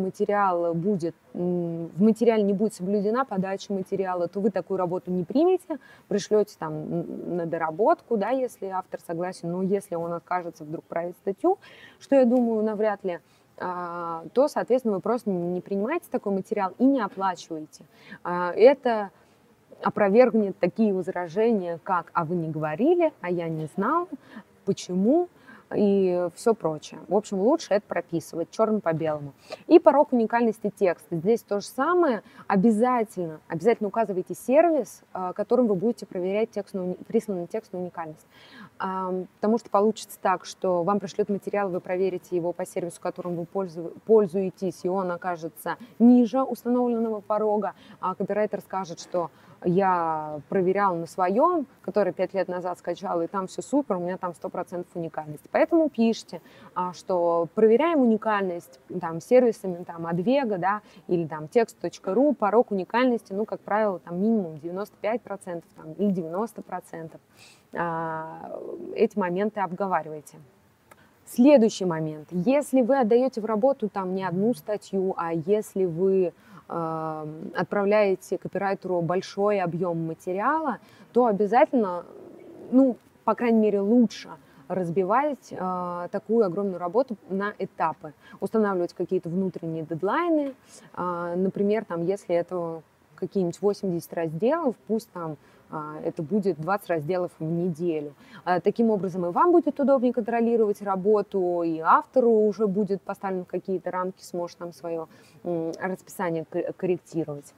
в материале не будет соблюдена подача материала, то вы такую работу не примете, пришлете там на доработку, да, если автор согласен, но если он откажется вдруг править статью, что я думаю, навряд ли, то, соответственно, вы просто не принимаете такой материал и не оплачиваете. Это опровергнет такие возражения, как «а вы не говорили», «а я не знал», «почему?» и все прочее. В общем, лучше это прописывать черным по белому. И порог уникальности текста. Здесь то же самое. Обязательно указывайте сервис, которым вы будете проверять присланный текст на уникальность. Потому что получится так, что вам пришлют материал, вы проверите его по сервису, которым вы пользуетесь, и он окажется ниже установленного порога, а копирайтер скажет, что я проверял на своем, который 5 лет назад скачал, и там все супер, у меня там 100% уникальности. Поэтому пишите, что проверяем уникальность там, сервисами там, Advega, да, или там text.ru, порог уникальности, ну, как правило, там минимум 95% там, или 90%. Эти моменты обговаривайте. Следующий момент. Если вы отдаете в работу там не одну статью, а если вы отправляете копирайтеру большой объем материала, то обязательно, ну, по крайней мере, лучше разбивать такую огромную работу на этапы, устанавливать какие-то внутренние дедлайны, например, там, если это какие-нибудь 80 разделов, пусть там это будет 20 разделов в неделю. Таким образом, и вам будет удобнее контролировать работу, и автору уже будет поставлен какие-то рамки, сможет там свое расписание корректировать.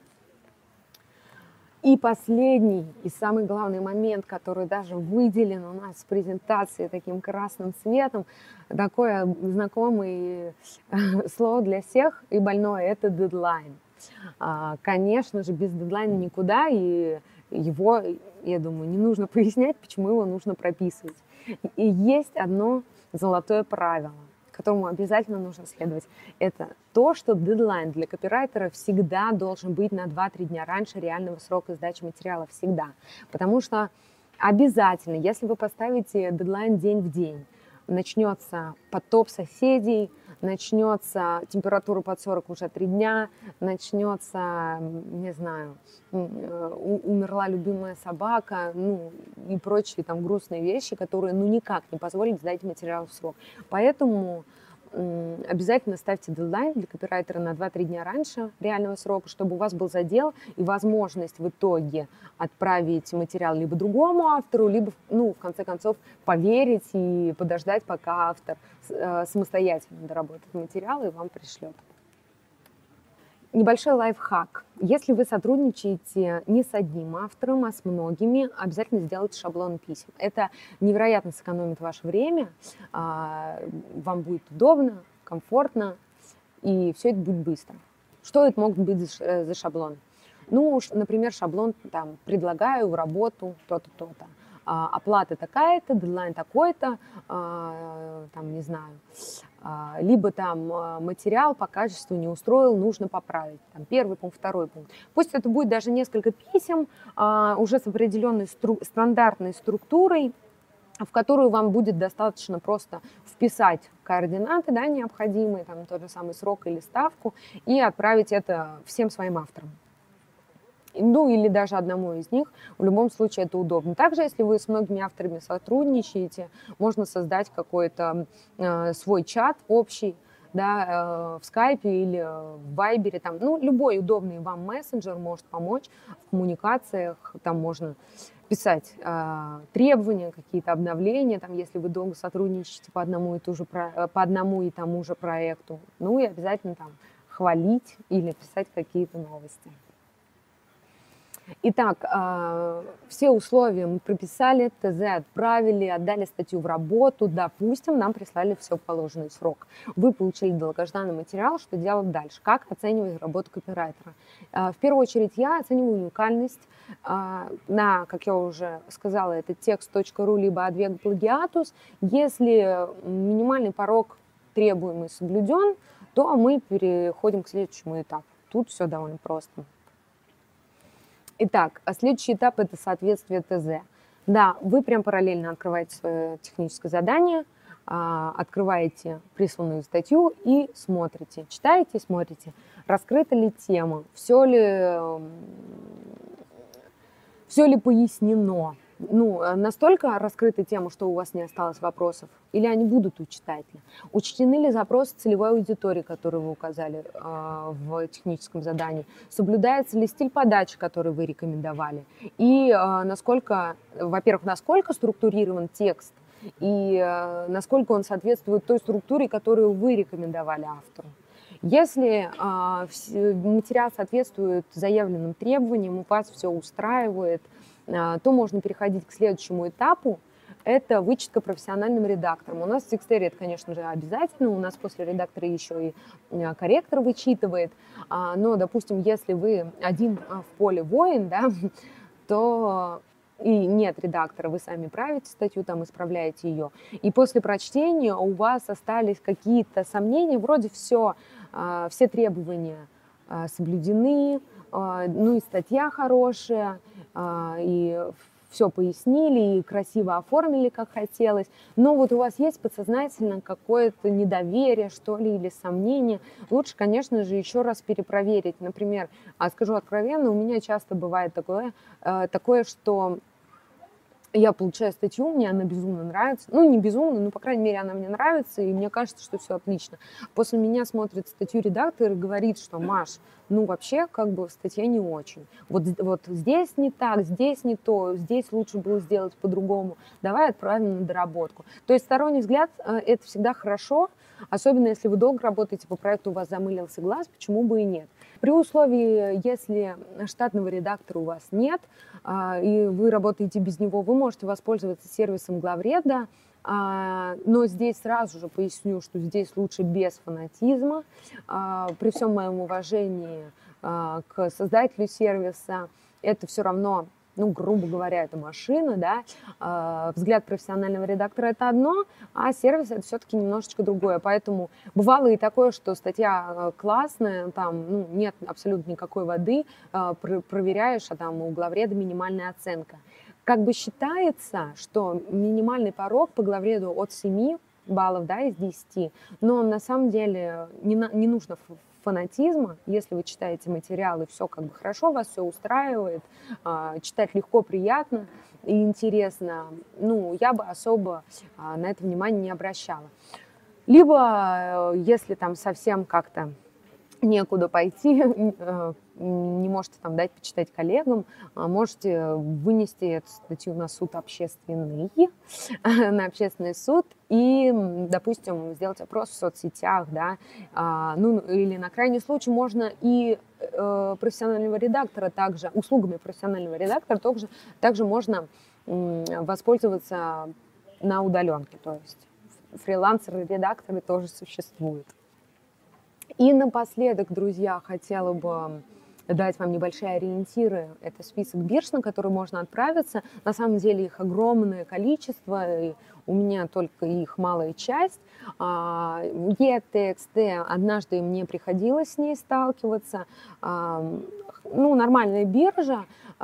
И последний и самый главный момент, который даже выделен у нас в презентации таким красным цветом, такое знакомое слово для всех и больное, это дедлайн. Конечно же, без дедлайна никуда, и его, я думаю, не нужно пояснять, почему его нужно прописывать. И есть одно золотое правило, которому обязательно нужно следовать. Это то, что дедлайн для копирайтера всегда должен быть на 2-3 дня раньше реального срока сдачи материала. Всегда. Потому что обязательно, если вы поставите дедлайн день в день, начнется потоп соседей, начнется температура под 40 уже 3 дня, начнется, не знаю, умерла любимая собака, ну и прочие там грустные вещи, которые ну никак не позволят сдать материал в срок. Поэтому обязательно ставьте дедлайн для копирайтера на 2-3 дня раньше реального срока, чтобы у вас был задел и возможность в итоге отправить материал либо другому автору, либо, ну, в конце концов, поверить и подождать, пока автор самостоятельно доработает материал и вам пришлет. Небольшой лайфхак. Если вы сотрудничаете не с одним автором, а с многими, обязательно сделайте шаблон писем. Это невероятно сэкономит ваше время, вам будет удобно, комфортно, и все это будет быстро. Что это могут быть за шаблон? Ну, например, шаблон там «предлагаю в работу то-то, то-то». Оплата такая-то, дедлайн такой-то, там, не знаю, либо там материал по качеству не устроил, нужно поправить. Там, первый пункт, второй пункт. Пусть это будет даже несколько писем, уже с определенной стандартной структурой, в которую вам будет достаточно просто вписать координаты, да, необходимые, там, тот же самый срок или ставку, и отправить это всем своим авторам. Ну, или даже одному из них, в любом случае это удобно. Также, если вы с многими авторами сотрудничаете, можно создать какой-то свой чат общий, да, в скайпе или в вайбере, там, ну, любой удобный вам мессенджер может помочь в коммуникациях, там можно писать требования, какие-то обновления, там, если вы долго сотрудничаете по одному и тому же проекту, ну, и обязательно там хвалить или писать какие-то новости. Итак, все условия мы прописали, ТЗ отправили, отдали статью в работу, допустим, нам прислали все в положенный срок. Вы получили долгожданный материал, что делать дальше? Как оценивать работу копирайтера? В первую очередь я оцениваю уникальность на, как я уже сказала, это text.ru либо Advega Plagiatus. Если минимальный порог требуемый соблюден, то мы переходим к следующему этапу. Тут все довольно просто. Итак, следующий этап – это соответствие ТЗ. Да, вы прям параллельно открываете свое техническое задание, открываете присланную статью и смотрите. Читаете, смотрите, раскрыта ли тема, все ли пояснено. Ну, настолько раскрыта тема, что у вас не осталось вопросов, или они будут у читателя? Учтены ли запросы целевой аудитории, которые вы указали в техническом задании? Соблюдается ли стиль подачи, который вы рекомендовали? И насколько, во-первых, насколько структурирован текст, и насколько он соответствует той структуре, которую вы рекомендовали автору? Если материал соответствует заявленным требованиям, у вас все устраивает, то можно переходить к следующему этапу. Это вычетка профессиональным редактором. У нас в текстере это, конечно же, обязательно. У нас после редактора еще и корректор вычитывает. Но, допустим, если вы один в поле воин, да, то и нет редактора, вы сами правите статью, там исправляете ее. И после прочтения у вас остались какие-то сомнения, вроде все требования соблюдены, ну и статья хорошая, и все пояснили, и красиво оформили, как хотелось. Но вот у вас есть подсознательно какое-то недоверие, что ли, или сомнение. Лучше, конечно же, еще раз перепроверить. Например, скажу откровенно, у меня часто бывает такое, что я получаю статью, мне она безумно нравится. Ну, не безумно, но, по крайней мере, она мне нравится, и мне кажется, что все отлично. После меня смотрит статью редактор и говорит, что, Маш, ну, вообще, как бы, статья не очень. Вот здесь не так, здесь не то, здесь лучше было сделать по-другому. Давай отправим на доработку. То есть сторонний взгляд – это всегда хорошо, особенно если вы долго работаете по проекту, у вас замылился глаз, почему бы и нет. При условии, если штатного редактора у вас нет, и вы работаете без него, вы можете воспользоваться сервисом главреда, но здесь сразу же поясню, что здесь лучше без фанатизма. При всем моем уважении к создателю сервиса, это все равно, ну, грубо говоря, это машина, да, взгляд профессионального редактора – это одно, а сервис – это все-таки немножечко другое. Поэтому бывало и такое, что статья классная, там, ну, нет абсолютно никакой воды, проверяешь, а там у главреда минимальная оценка. Как бы считается, что минимальный порог по главреду от 7 баллов, да, из 10, но на самом деле не нужно фанатизма. Если вы читаете материалы, все как бы хорошо, вас все устраивает, читать легко, приятно и интересно, ну, я бы особо на это внимание не обращала. Либо, если там совсем как-то некуда пойти, не можете там дать почитать коллегам, можете вынести эту статью на суд общественный, на общественный суд и, допустим, сделать опрос в соцсетях, да, ну или на крайний случай можно и профессионального редактора также, услугами профессионального редактора также можно воспользоваться на удаленке, то есть фрилансеры-редакторы тоже существуют. И напоследок, друзья, хотела бы дать вам небольшие ориентиры. Это список бирж, на который можно отправиться. На самом деле их огромное количество, и у меня только их малая часть. ETXT, однажды мне приходилось с ней сталкиваться. Ну, нормальная биржа.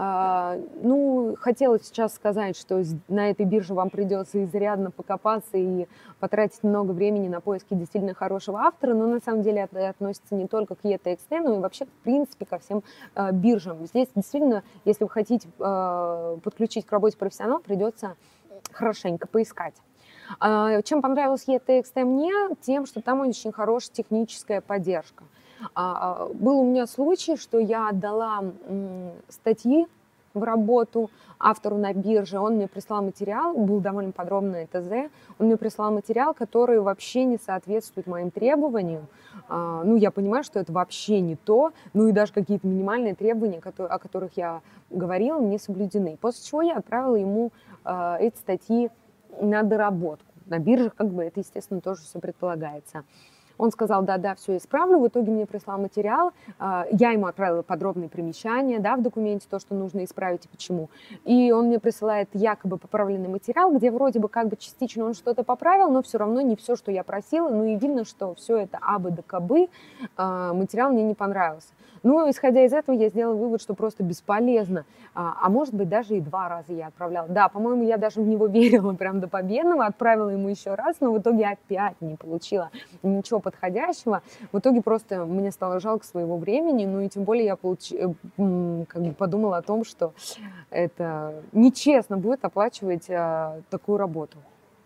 Ну, хотела сейчас сказать, что на этой бирже вам придется изрядно покопаться и потратить много времени на поиски действительно хорошего автора, но на самом деле это относится не только к ETXT, но и вообще, в принципе, ко всем биржам. Здесь действительно, если вы хотите подключить к работе профессионала, придется хорошенько поискать. Чем понравилась ETXT мне? Тем, что там очень хорошая техническая поддержка. Был у меня случай, что я отдала статьи в работу автору на бирже, он мне прислал материал, был довольно подробный ТЗ, он мне прислал материал, который вообще не соответствует моим требованиям. Ну, я понимаю, что это вообще не то, ну и даже какие-то минимальные требования, о которых я говорила, не соблюдены. После чего я отправила ему эти статьи на доработку. На биржах как бы это, естественно, тоже все предполагается. Он сказал, да, все исправлю. В итоге мне прислал материал. Я ему отправила подробные примечания, да, в документе, то, что нужно исправить и почему. И он мне присылает якобы поправленный материал, где вроде бы как бы частично он что-то поправил, но все равно не все, что я просила. Ну и видно, что все это абы да кабы. Материал мне не понравился. Ну, исходя из этого, я сделала вывод, что просто бесполезно. А может быть, даже и 2 раза я отправляла. Да, по-моему, я даже в него верила прям до победного, отправила ему еще раз, но в итоге опять не получила ничего подходящего. В итоге просто мне стало жалко своего времени, ну и тем более я как бы подумала о том, что это нечестно будет оплачивать такую работу.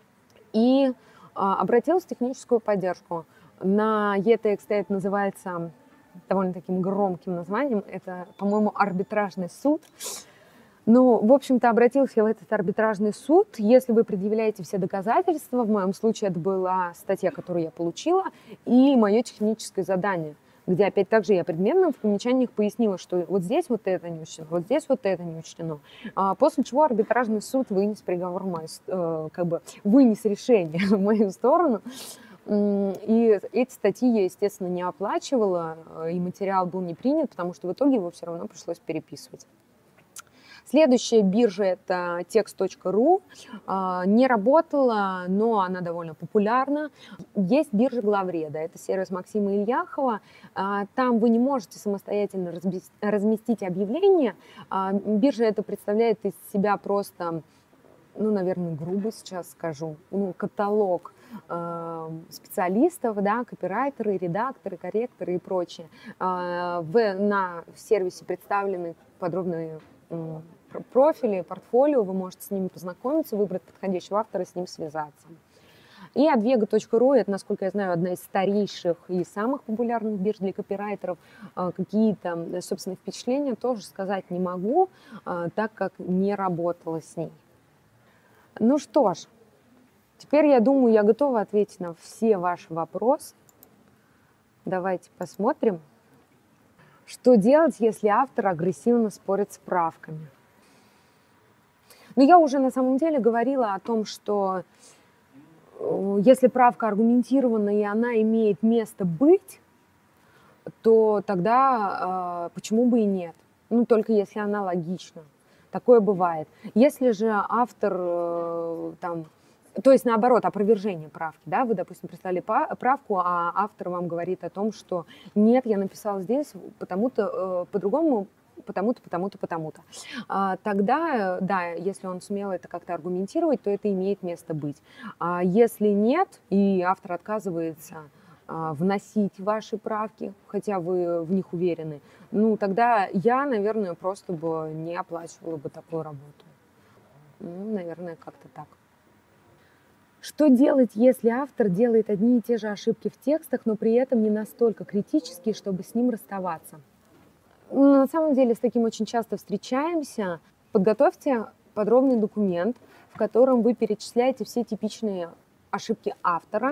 И обратилась в техническую поддержку. На ETXT это называется довольно таким громким названием. Это, по-моему, арбитражный суд. Ну, в общем-то, обратилась я в этот арбитражный суд. Если вы предъявляете все доказательства, в моем случае это была статья, которую я получила, и мое техническое задание, где опять также я предметно в помечаниях пояснила, что вот здесь вот это не учтено, вот здесь вот это не учтено. После чего арбитражный суд вынес приговор, как бы вынес решение в мою сторону. И эти статьи я, естественно, не оплачивала, и материал был не принят, потому что в итоге его все равно пришлось переписывать. Следующая биржа – это text.ru. Не работала, но она довольно популярна. Есть биржа Главреда, это сервис Максима Ильяхова. Там вы не можете самостоятельно разместить объявление. Биржа это представляет из себя просто, ну, наверное, грубо сейчас скажу, каталог специалистов, да, копирайтеры, редакторы, корректоры и прочее. На сервисе представлены подробные профили, портфолио, вы можете с ними познакомиться, выбрать подходящего автора, с ним связаться. И advego.ru, это, насколько я знаю, одна из старейших и самых популярных бирж для копирайтеров. Какие-то собственные впечатления тоже сказать не могу, так как не работала с ней. Ну что ж, теперь, я думаю, я готова ответить на все ваши вопросы. Давайте посмотрим, что делать, если автор агрессивно спорит с правками. Но я уже на самом деле говорила о том, что если правка аргументирована и она имеет место быть, то тогда почему бы и нет? Ну, только если она логична. Такое бывает. Если же автор то есть, наоборот, опровержение правки, да, вы, допустим, прислали правку, а автор вам говорит о том, что нет, я написал здесь, потому-то по-другому потому-то, потому-то, потому-то. Тогда, да, если он сумел это как-то аргументировать, то это имеет место быть. А если нет, и автор отказывается вносить ваши правки, хотя вы в них уверены, ну, тогда я, наверное, просто бы не оплачивала бы такую работу. Ну, наверное, как-то так. Что делать, если автор делает одни и те же ошибки в текстах, но при этом не настолько критические, чтобы с ним расставаться? Ну, на самом деле с таким очень часто встречаемся. Подготовьте подробный документ, в котором вы перечисляете все типичные ошибки автора.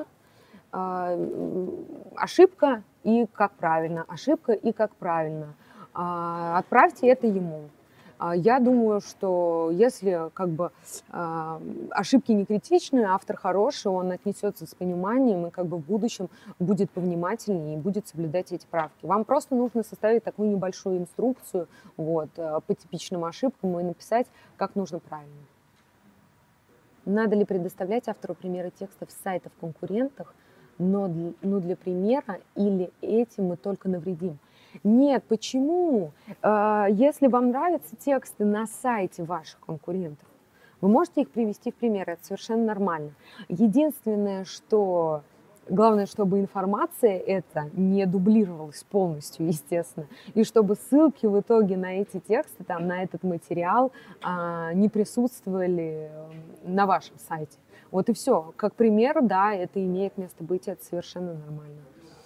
Ошибка и как правильно, ошибка и как правильно. Отправьте это ему. Я думаю, что если как бы ошибки не критичные, автор хороший, он отнесется с пониманием и как бы в будущем будет повнимательнее и будет соблюдать эти правки. Вам просто нужно составить такую небольшую инструкцию вот, по типичным ошибкам и написать, как нужно правильно. Надо ли предоставлять автору примеры текстов с сайтов конкурентов, но для примера, или этим мы только навредим? Нет, почему? Если вам нравятся тексты на сайте ваших конкурентов, вы можете их привести в пример, это совершенно нормально. Единственное, что главное, чтобы информация эта не дублировалась полностью, естественно, и чтобы ссылки в итоге на эти тексты, там, на этот материал не присутствовали на вашем сайте. Вот и все. Как пример, да, это имеет место быть, это совершенно нормально.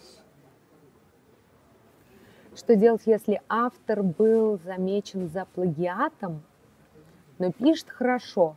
Что делать, если автор был замечен за плагиатом, но пишет хорошо?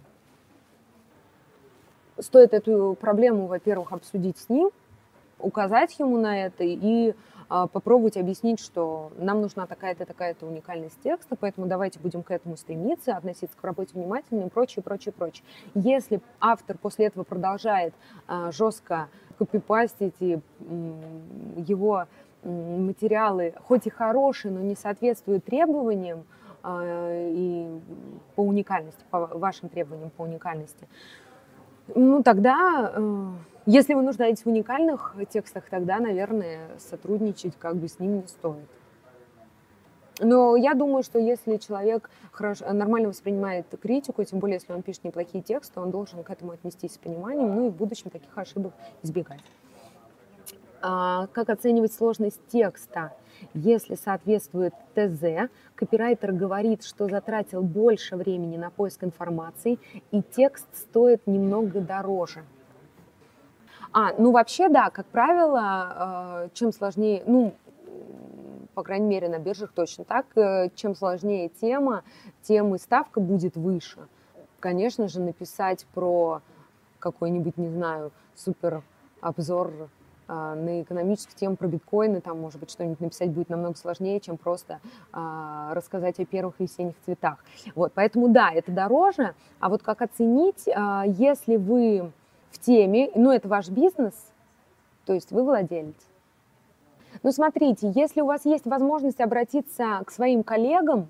Стоит эту проблему, во-первых, обсудить с ним, указать ему на это и попробовать объяснить, что нам нужна такая-то, такая-то уникальность текста, поэтому давайте будем к этому стремиться, относиться к работе внимательно и прочее, прочее, прочее. Если автор после этого продолжает жестко копипастить и его материалы, хоть и хорошие, но не соответствуют требованиям и по уникальности, по вашим требованиям по уникальности, ну, тогда, если вы нуждаетесь в уникальных текстах, тогда, наверное, сотрудничать как бы с ним не стоит. Но я думаю, что если человек нормально воспринимает критику, тем более, если он пишет неплохие тексты, он должен к этому отнестись с пониманием, ну и в будущем таких ошибок избегать. Как оценивать сложность текста? Если соответствует ТЗ, копирайтер говорит, что затратил больше времени на поиск информации, и текст стоит немного дороже. Ну вообще, да, как правило, чем сложнее, ну, по крайней мере, на биржах точно так, чем сложнее тема, тем и ставка будет выше. Конечно же, написать про какой-нибудь, не знаю, супер обзор на экономические темы про биткоины, там, может быть, что-нибудь написать будет намного сложнее, чем просто рассказать о первых весенних цветах. Вот, поэтому, да, это дороже. А вот как оценить, если вы в теме, ну, это ваш бизнес, то есть вы владелец. Ну, смотрите, если у вас есть возможность обратиться к своим коллегам,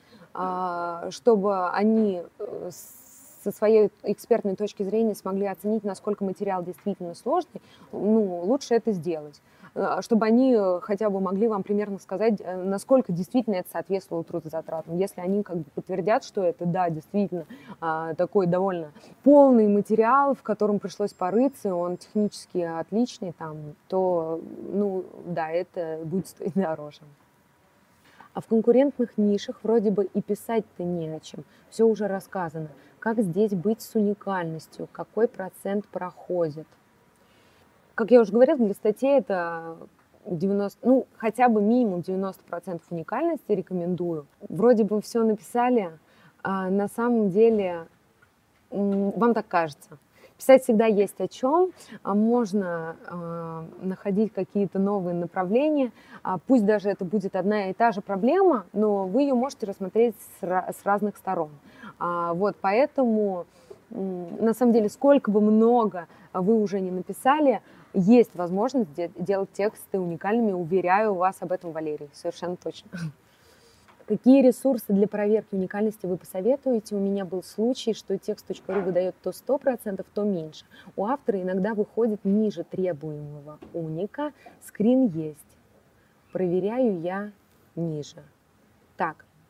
чтобы они со своей экспертной точки зрения смогли оценить, насколько материал действительно сложный, ну, лучше это сделать. Чтобы они хотя бы могли вам примерно сказать, насколько действительно это соответствовало трудозатратам. Если они как бы подтвердят, что это, да, действительно такой довольно полный материал, в котором пришлось порыться, он технически отличный, там, то, ну, да, это будет стоить дороже. А в конкурентных нишах вроде бы и писать-то не о чем. Все уже рассказано. Как здесь быть с уникальностью? Какой процент проходит? Как я уже говорила, для статей это 90, ну, хотя бы минимум 90% уникальности рекомендую. Вроде бы все написали, а на самом деле вам так кажется. Писать всегда есть о чем, можно находить какие-то новые направления, пусть даже это будет одна и та же проблема, но вы ее можете рассмотреть с разных сторон. Вот, поэтому, на самом деле, сколько бы много вы уже не написали, есть возможность делать тексты уникальными, уверяю вас об этом, Валерий, совершенно точно. Какие ресурсы для проверки уникальности вы посоветуете? У меня был случай, что текст.ру выдает то 100%, то меньше. У автора иногда выходит ниже требуемого уника. Скрин есть. Проверяю я ниже. Так,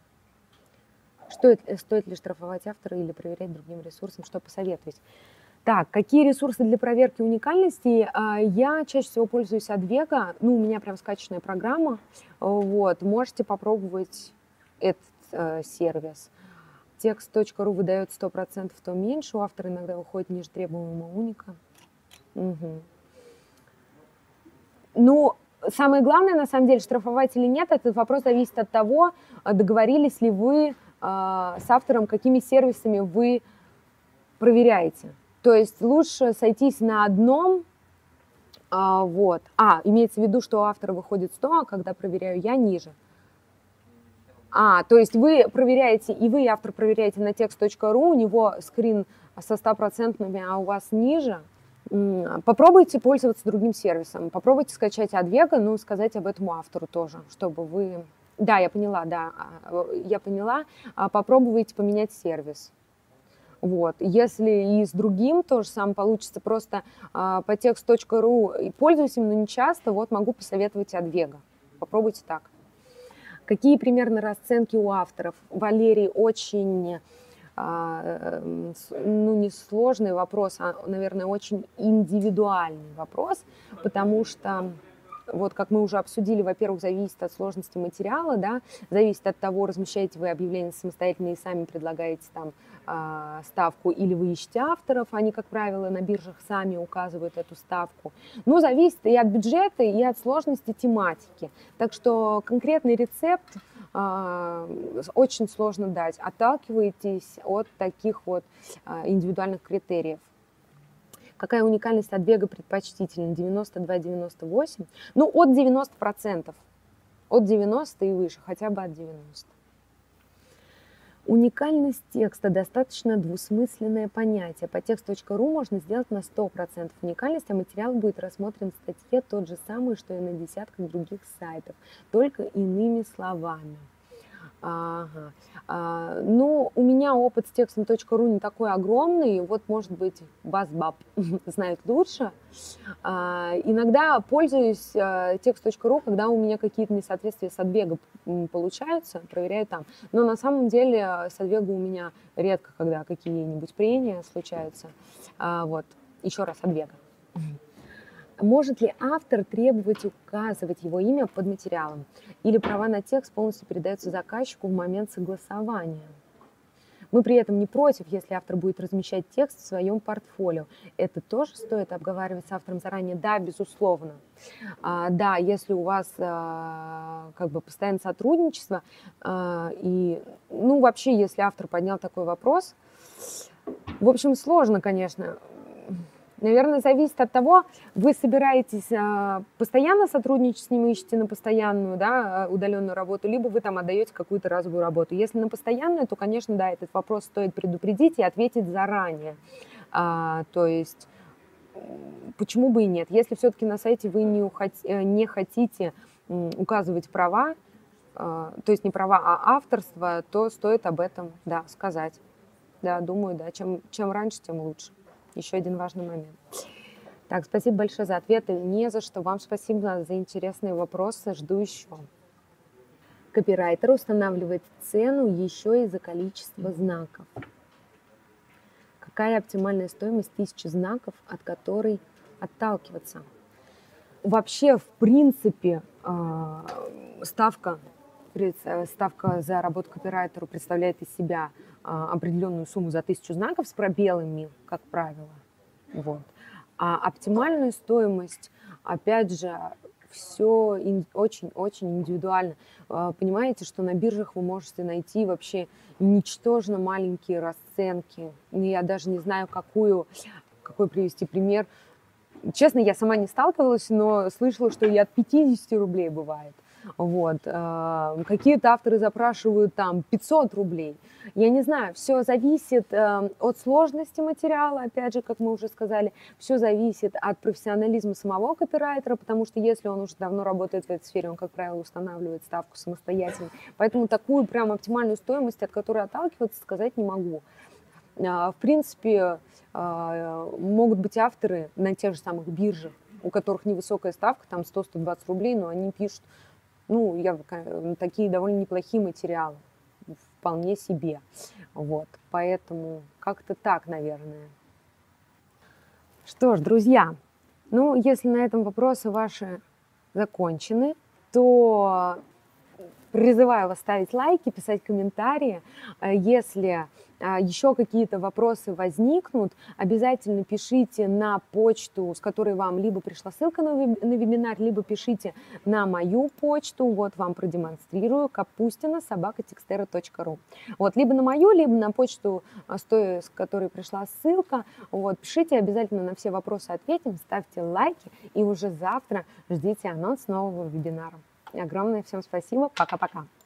Стоит ли штрафовать автора или проверять другим ресурсам? Что посоветуете? Так, какие ресурсы для проверки уникальности? Я чаще всего пользуюсь Advego. Ну, у меня прям скачанная программа. Вот, можете попробовать этот сервис. Текст.ру выдает 100%, то меньше. У автора иногда выходит ниже требуемого уника. Угу. Ну, самое главное, на самом деле, штрафовать или нет, этот вопрос зависит от того, договорились ли вы с автором, какими сервисами вы проверяете. То есть лучше сойтись на одном, вот. Имеется в виду, что у автора выходит 100, а когда проверяю я, ниже. То есть вы проверяете, и вы, автор, проверяете на text.ru, у него скрин со 100%, а у вас ниже. Попробуйте пользоваться другим сервисом, попробуйте скачать Advego, сказать об этом автору тоже, чтобы вы... Да, я поняла. Попробуйте поменять сервис. Вот. Если и с другим то же самое получится, просто по text.ru пользуюсь им, но не часто, вот могу посоветовать Advego. Попробуйте так. Какие примерно расценки у авторов? Валерий, очень, несложный вопрос, наверное, очень индивидуальный вопрос, потому что, вот как мы уже обсудили, во-первых, зависит от сложности материала, да, зависит от того, размещаете вы объявления самостоятельно и сами предлагаете там ставку, или вы ищете авторов, они, как правило, на биржах сами указывают эту ставку. Зависит и от бюджета, и от сложности тематики. Так что конкретный рецепт очень сложно дать. Отталкивайтесь от таких вот индивидуальных критериев. Какая уникальность Advego предпочтительна? 92-98? От 90%. От 90 и выше, хотя бы от 90. Уникальность текста – достаточно двусмысленное понятие. По text.ru можно сделать на 100% уникальность, а материал будет рассмотрен в статье тот же самый, что и на десятках других сайтов, только иными словами. Ага. У меня опыт с текстом.ру не такой огромный, вот, может быть, Базбаб знает лучше. Иногда пользуюсь текст.ру, когда у меня какие-то несоответствия с Advego получаются, проверяю там. Но на самом деле с Advego у меня редко, когда какие-нибудь прения случаются. Вот, еще раз, Advego. Может ли автор требовать указывать его имя под материалом? Или права на текст полностью передаются заказчику в момент согласования? Мы при этом не против, если автор будет размещать текст в своем портфолио. Это тоже стоит обговаривать с автором заранее? Да, безусловно. Да, если у вас постоянное сотрудничество, и, вообще, если автор поднял такой вопрос, в общем, сложно, конечно. Наверное, зависит от того, вы собираетесь постоянно сотрудничать с ним, ищете на постоянную, да, удаленную работу, либо вы там отдаете какую-то разовую работу. Если на постоянную, то, конечно, да, этот вопрос стоит предупредить и ответить заранее. То есть, почему бы и нет? Если все-таки на сайте вы не хотите указывать права, то есть не права, а авторство, то стоит об этом, да, сказать. Да, думаю, да, чем раньше, тем лучше. Еще один важный момент. Так, спасибо большое за ответы. Не за что. Вам спасибо за интересные вопросы. Жду еще. Копирайтер устанавливает цену еще из-за количества знаков. Какая оптимальная стоимость 1000 знаков, от которой отталкиваться? Вообще, в принципе, ставка за работу копирайтеру представляет из себя определенную сумму за 1000 знаков с пробелами, как правило. Вот. А оптимальная стоимость, опять же, все очень-очень индивидуально. Понимаете, что на биржах вы можете найти вообще ничтожно маленькие расценки. Я даже не знаю, какой привести пример. Честно, я сама не сталкивалась, но слышала, что и от 50 рублей бывает. Вот. Какие-то авторы запрашивают там 500 рублей. Я не знаю, все зависит от сложности материала, опять же, как мы уже сказали, все зависит от профессионализма самого копирайтера, потому что если он уже давно работает в этой сфере, он, как правило, устанавливает ставку самостоятельно. Поэтому такую прям оптимальную стоимость, от которой отталкиваться, сказать не могу. В принципе, могут быть авторы на тех же самых биржах, у которых невысокая ставка, там 100-120 рублей, но они пишут такие довольно неплохие материалы. вполне себе. Вот, поэтому как-то так, наверное. Что ж, друзья, ну, если на этом вопросы ваши закончены, то призываю вас ставить лайки, писать комментарии. Если еще какие-то вопросы возникнут, обязательно пишите на почту, с которой вам либо пришла ссылка на вебинар, либо пишите на мою почту, вот вам продемонстрирую, kapustina@textera.ru. Вот, либо на мою, либо на почту, с которой пришла ссылка. Вот, пишите, обязательно на все вопросы ответим, ставьте лайки, и уже завтра ждите анонс нового вебинара. Огромное всем спасибо. Пока-пока.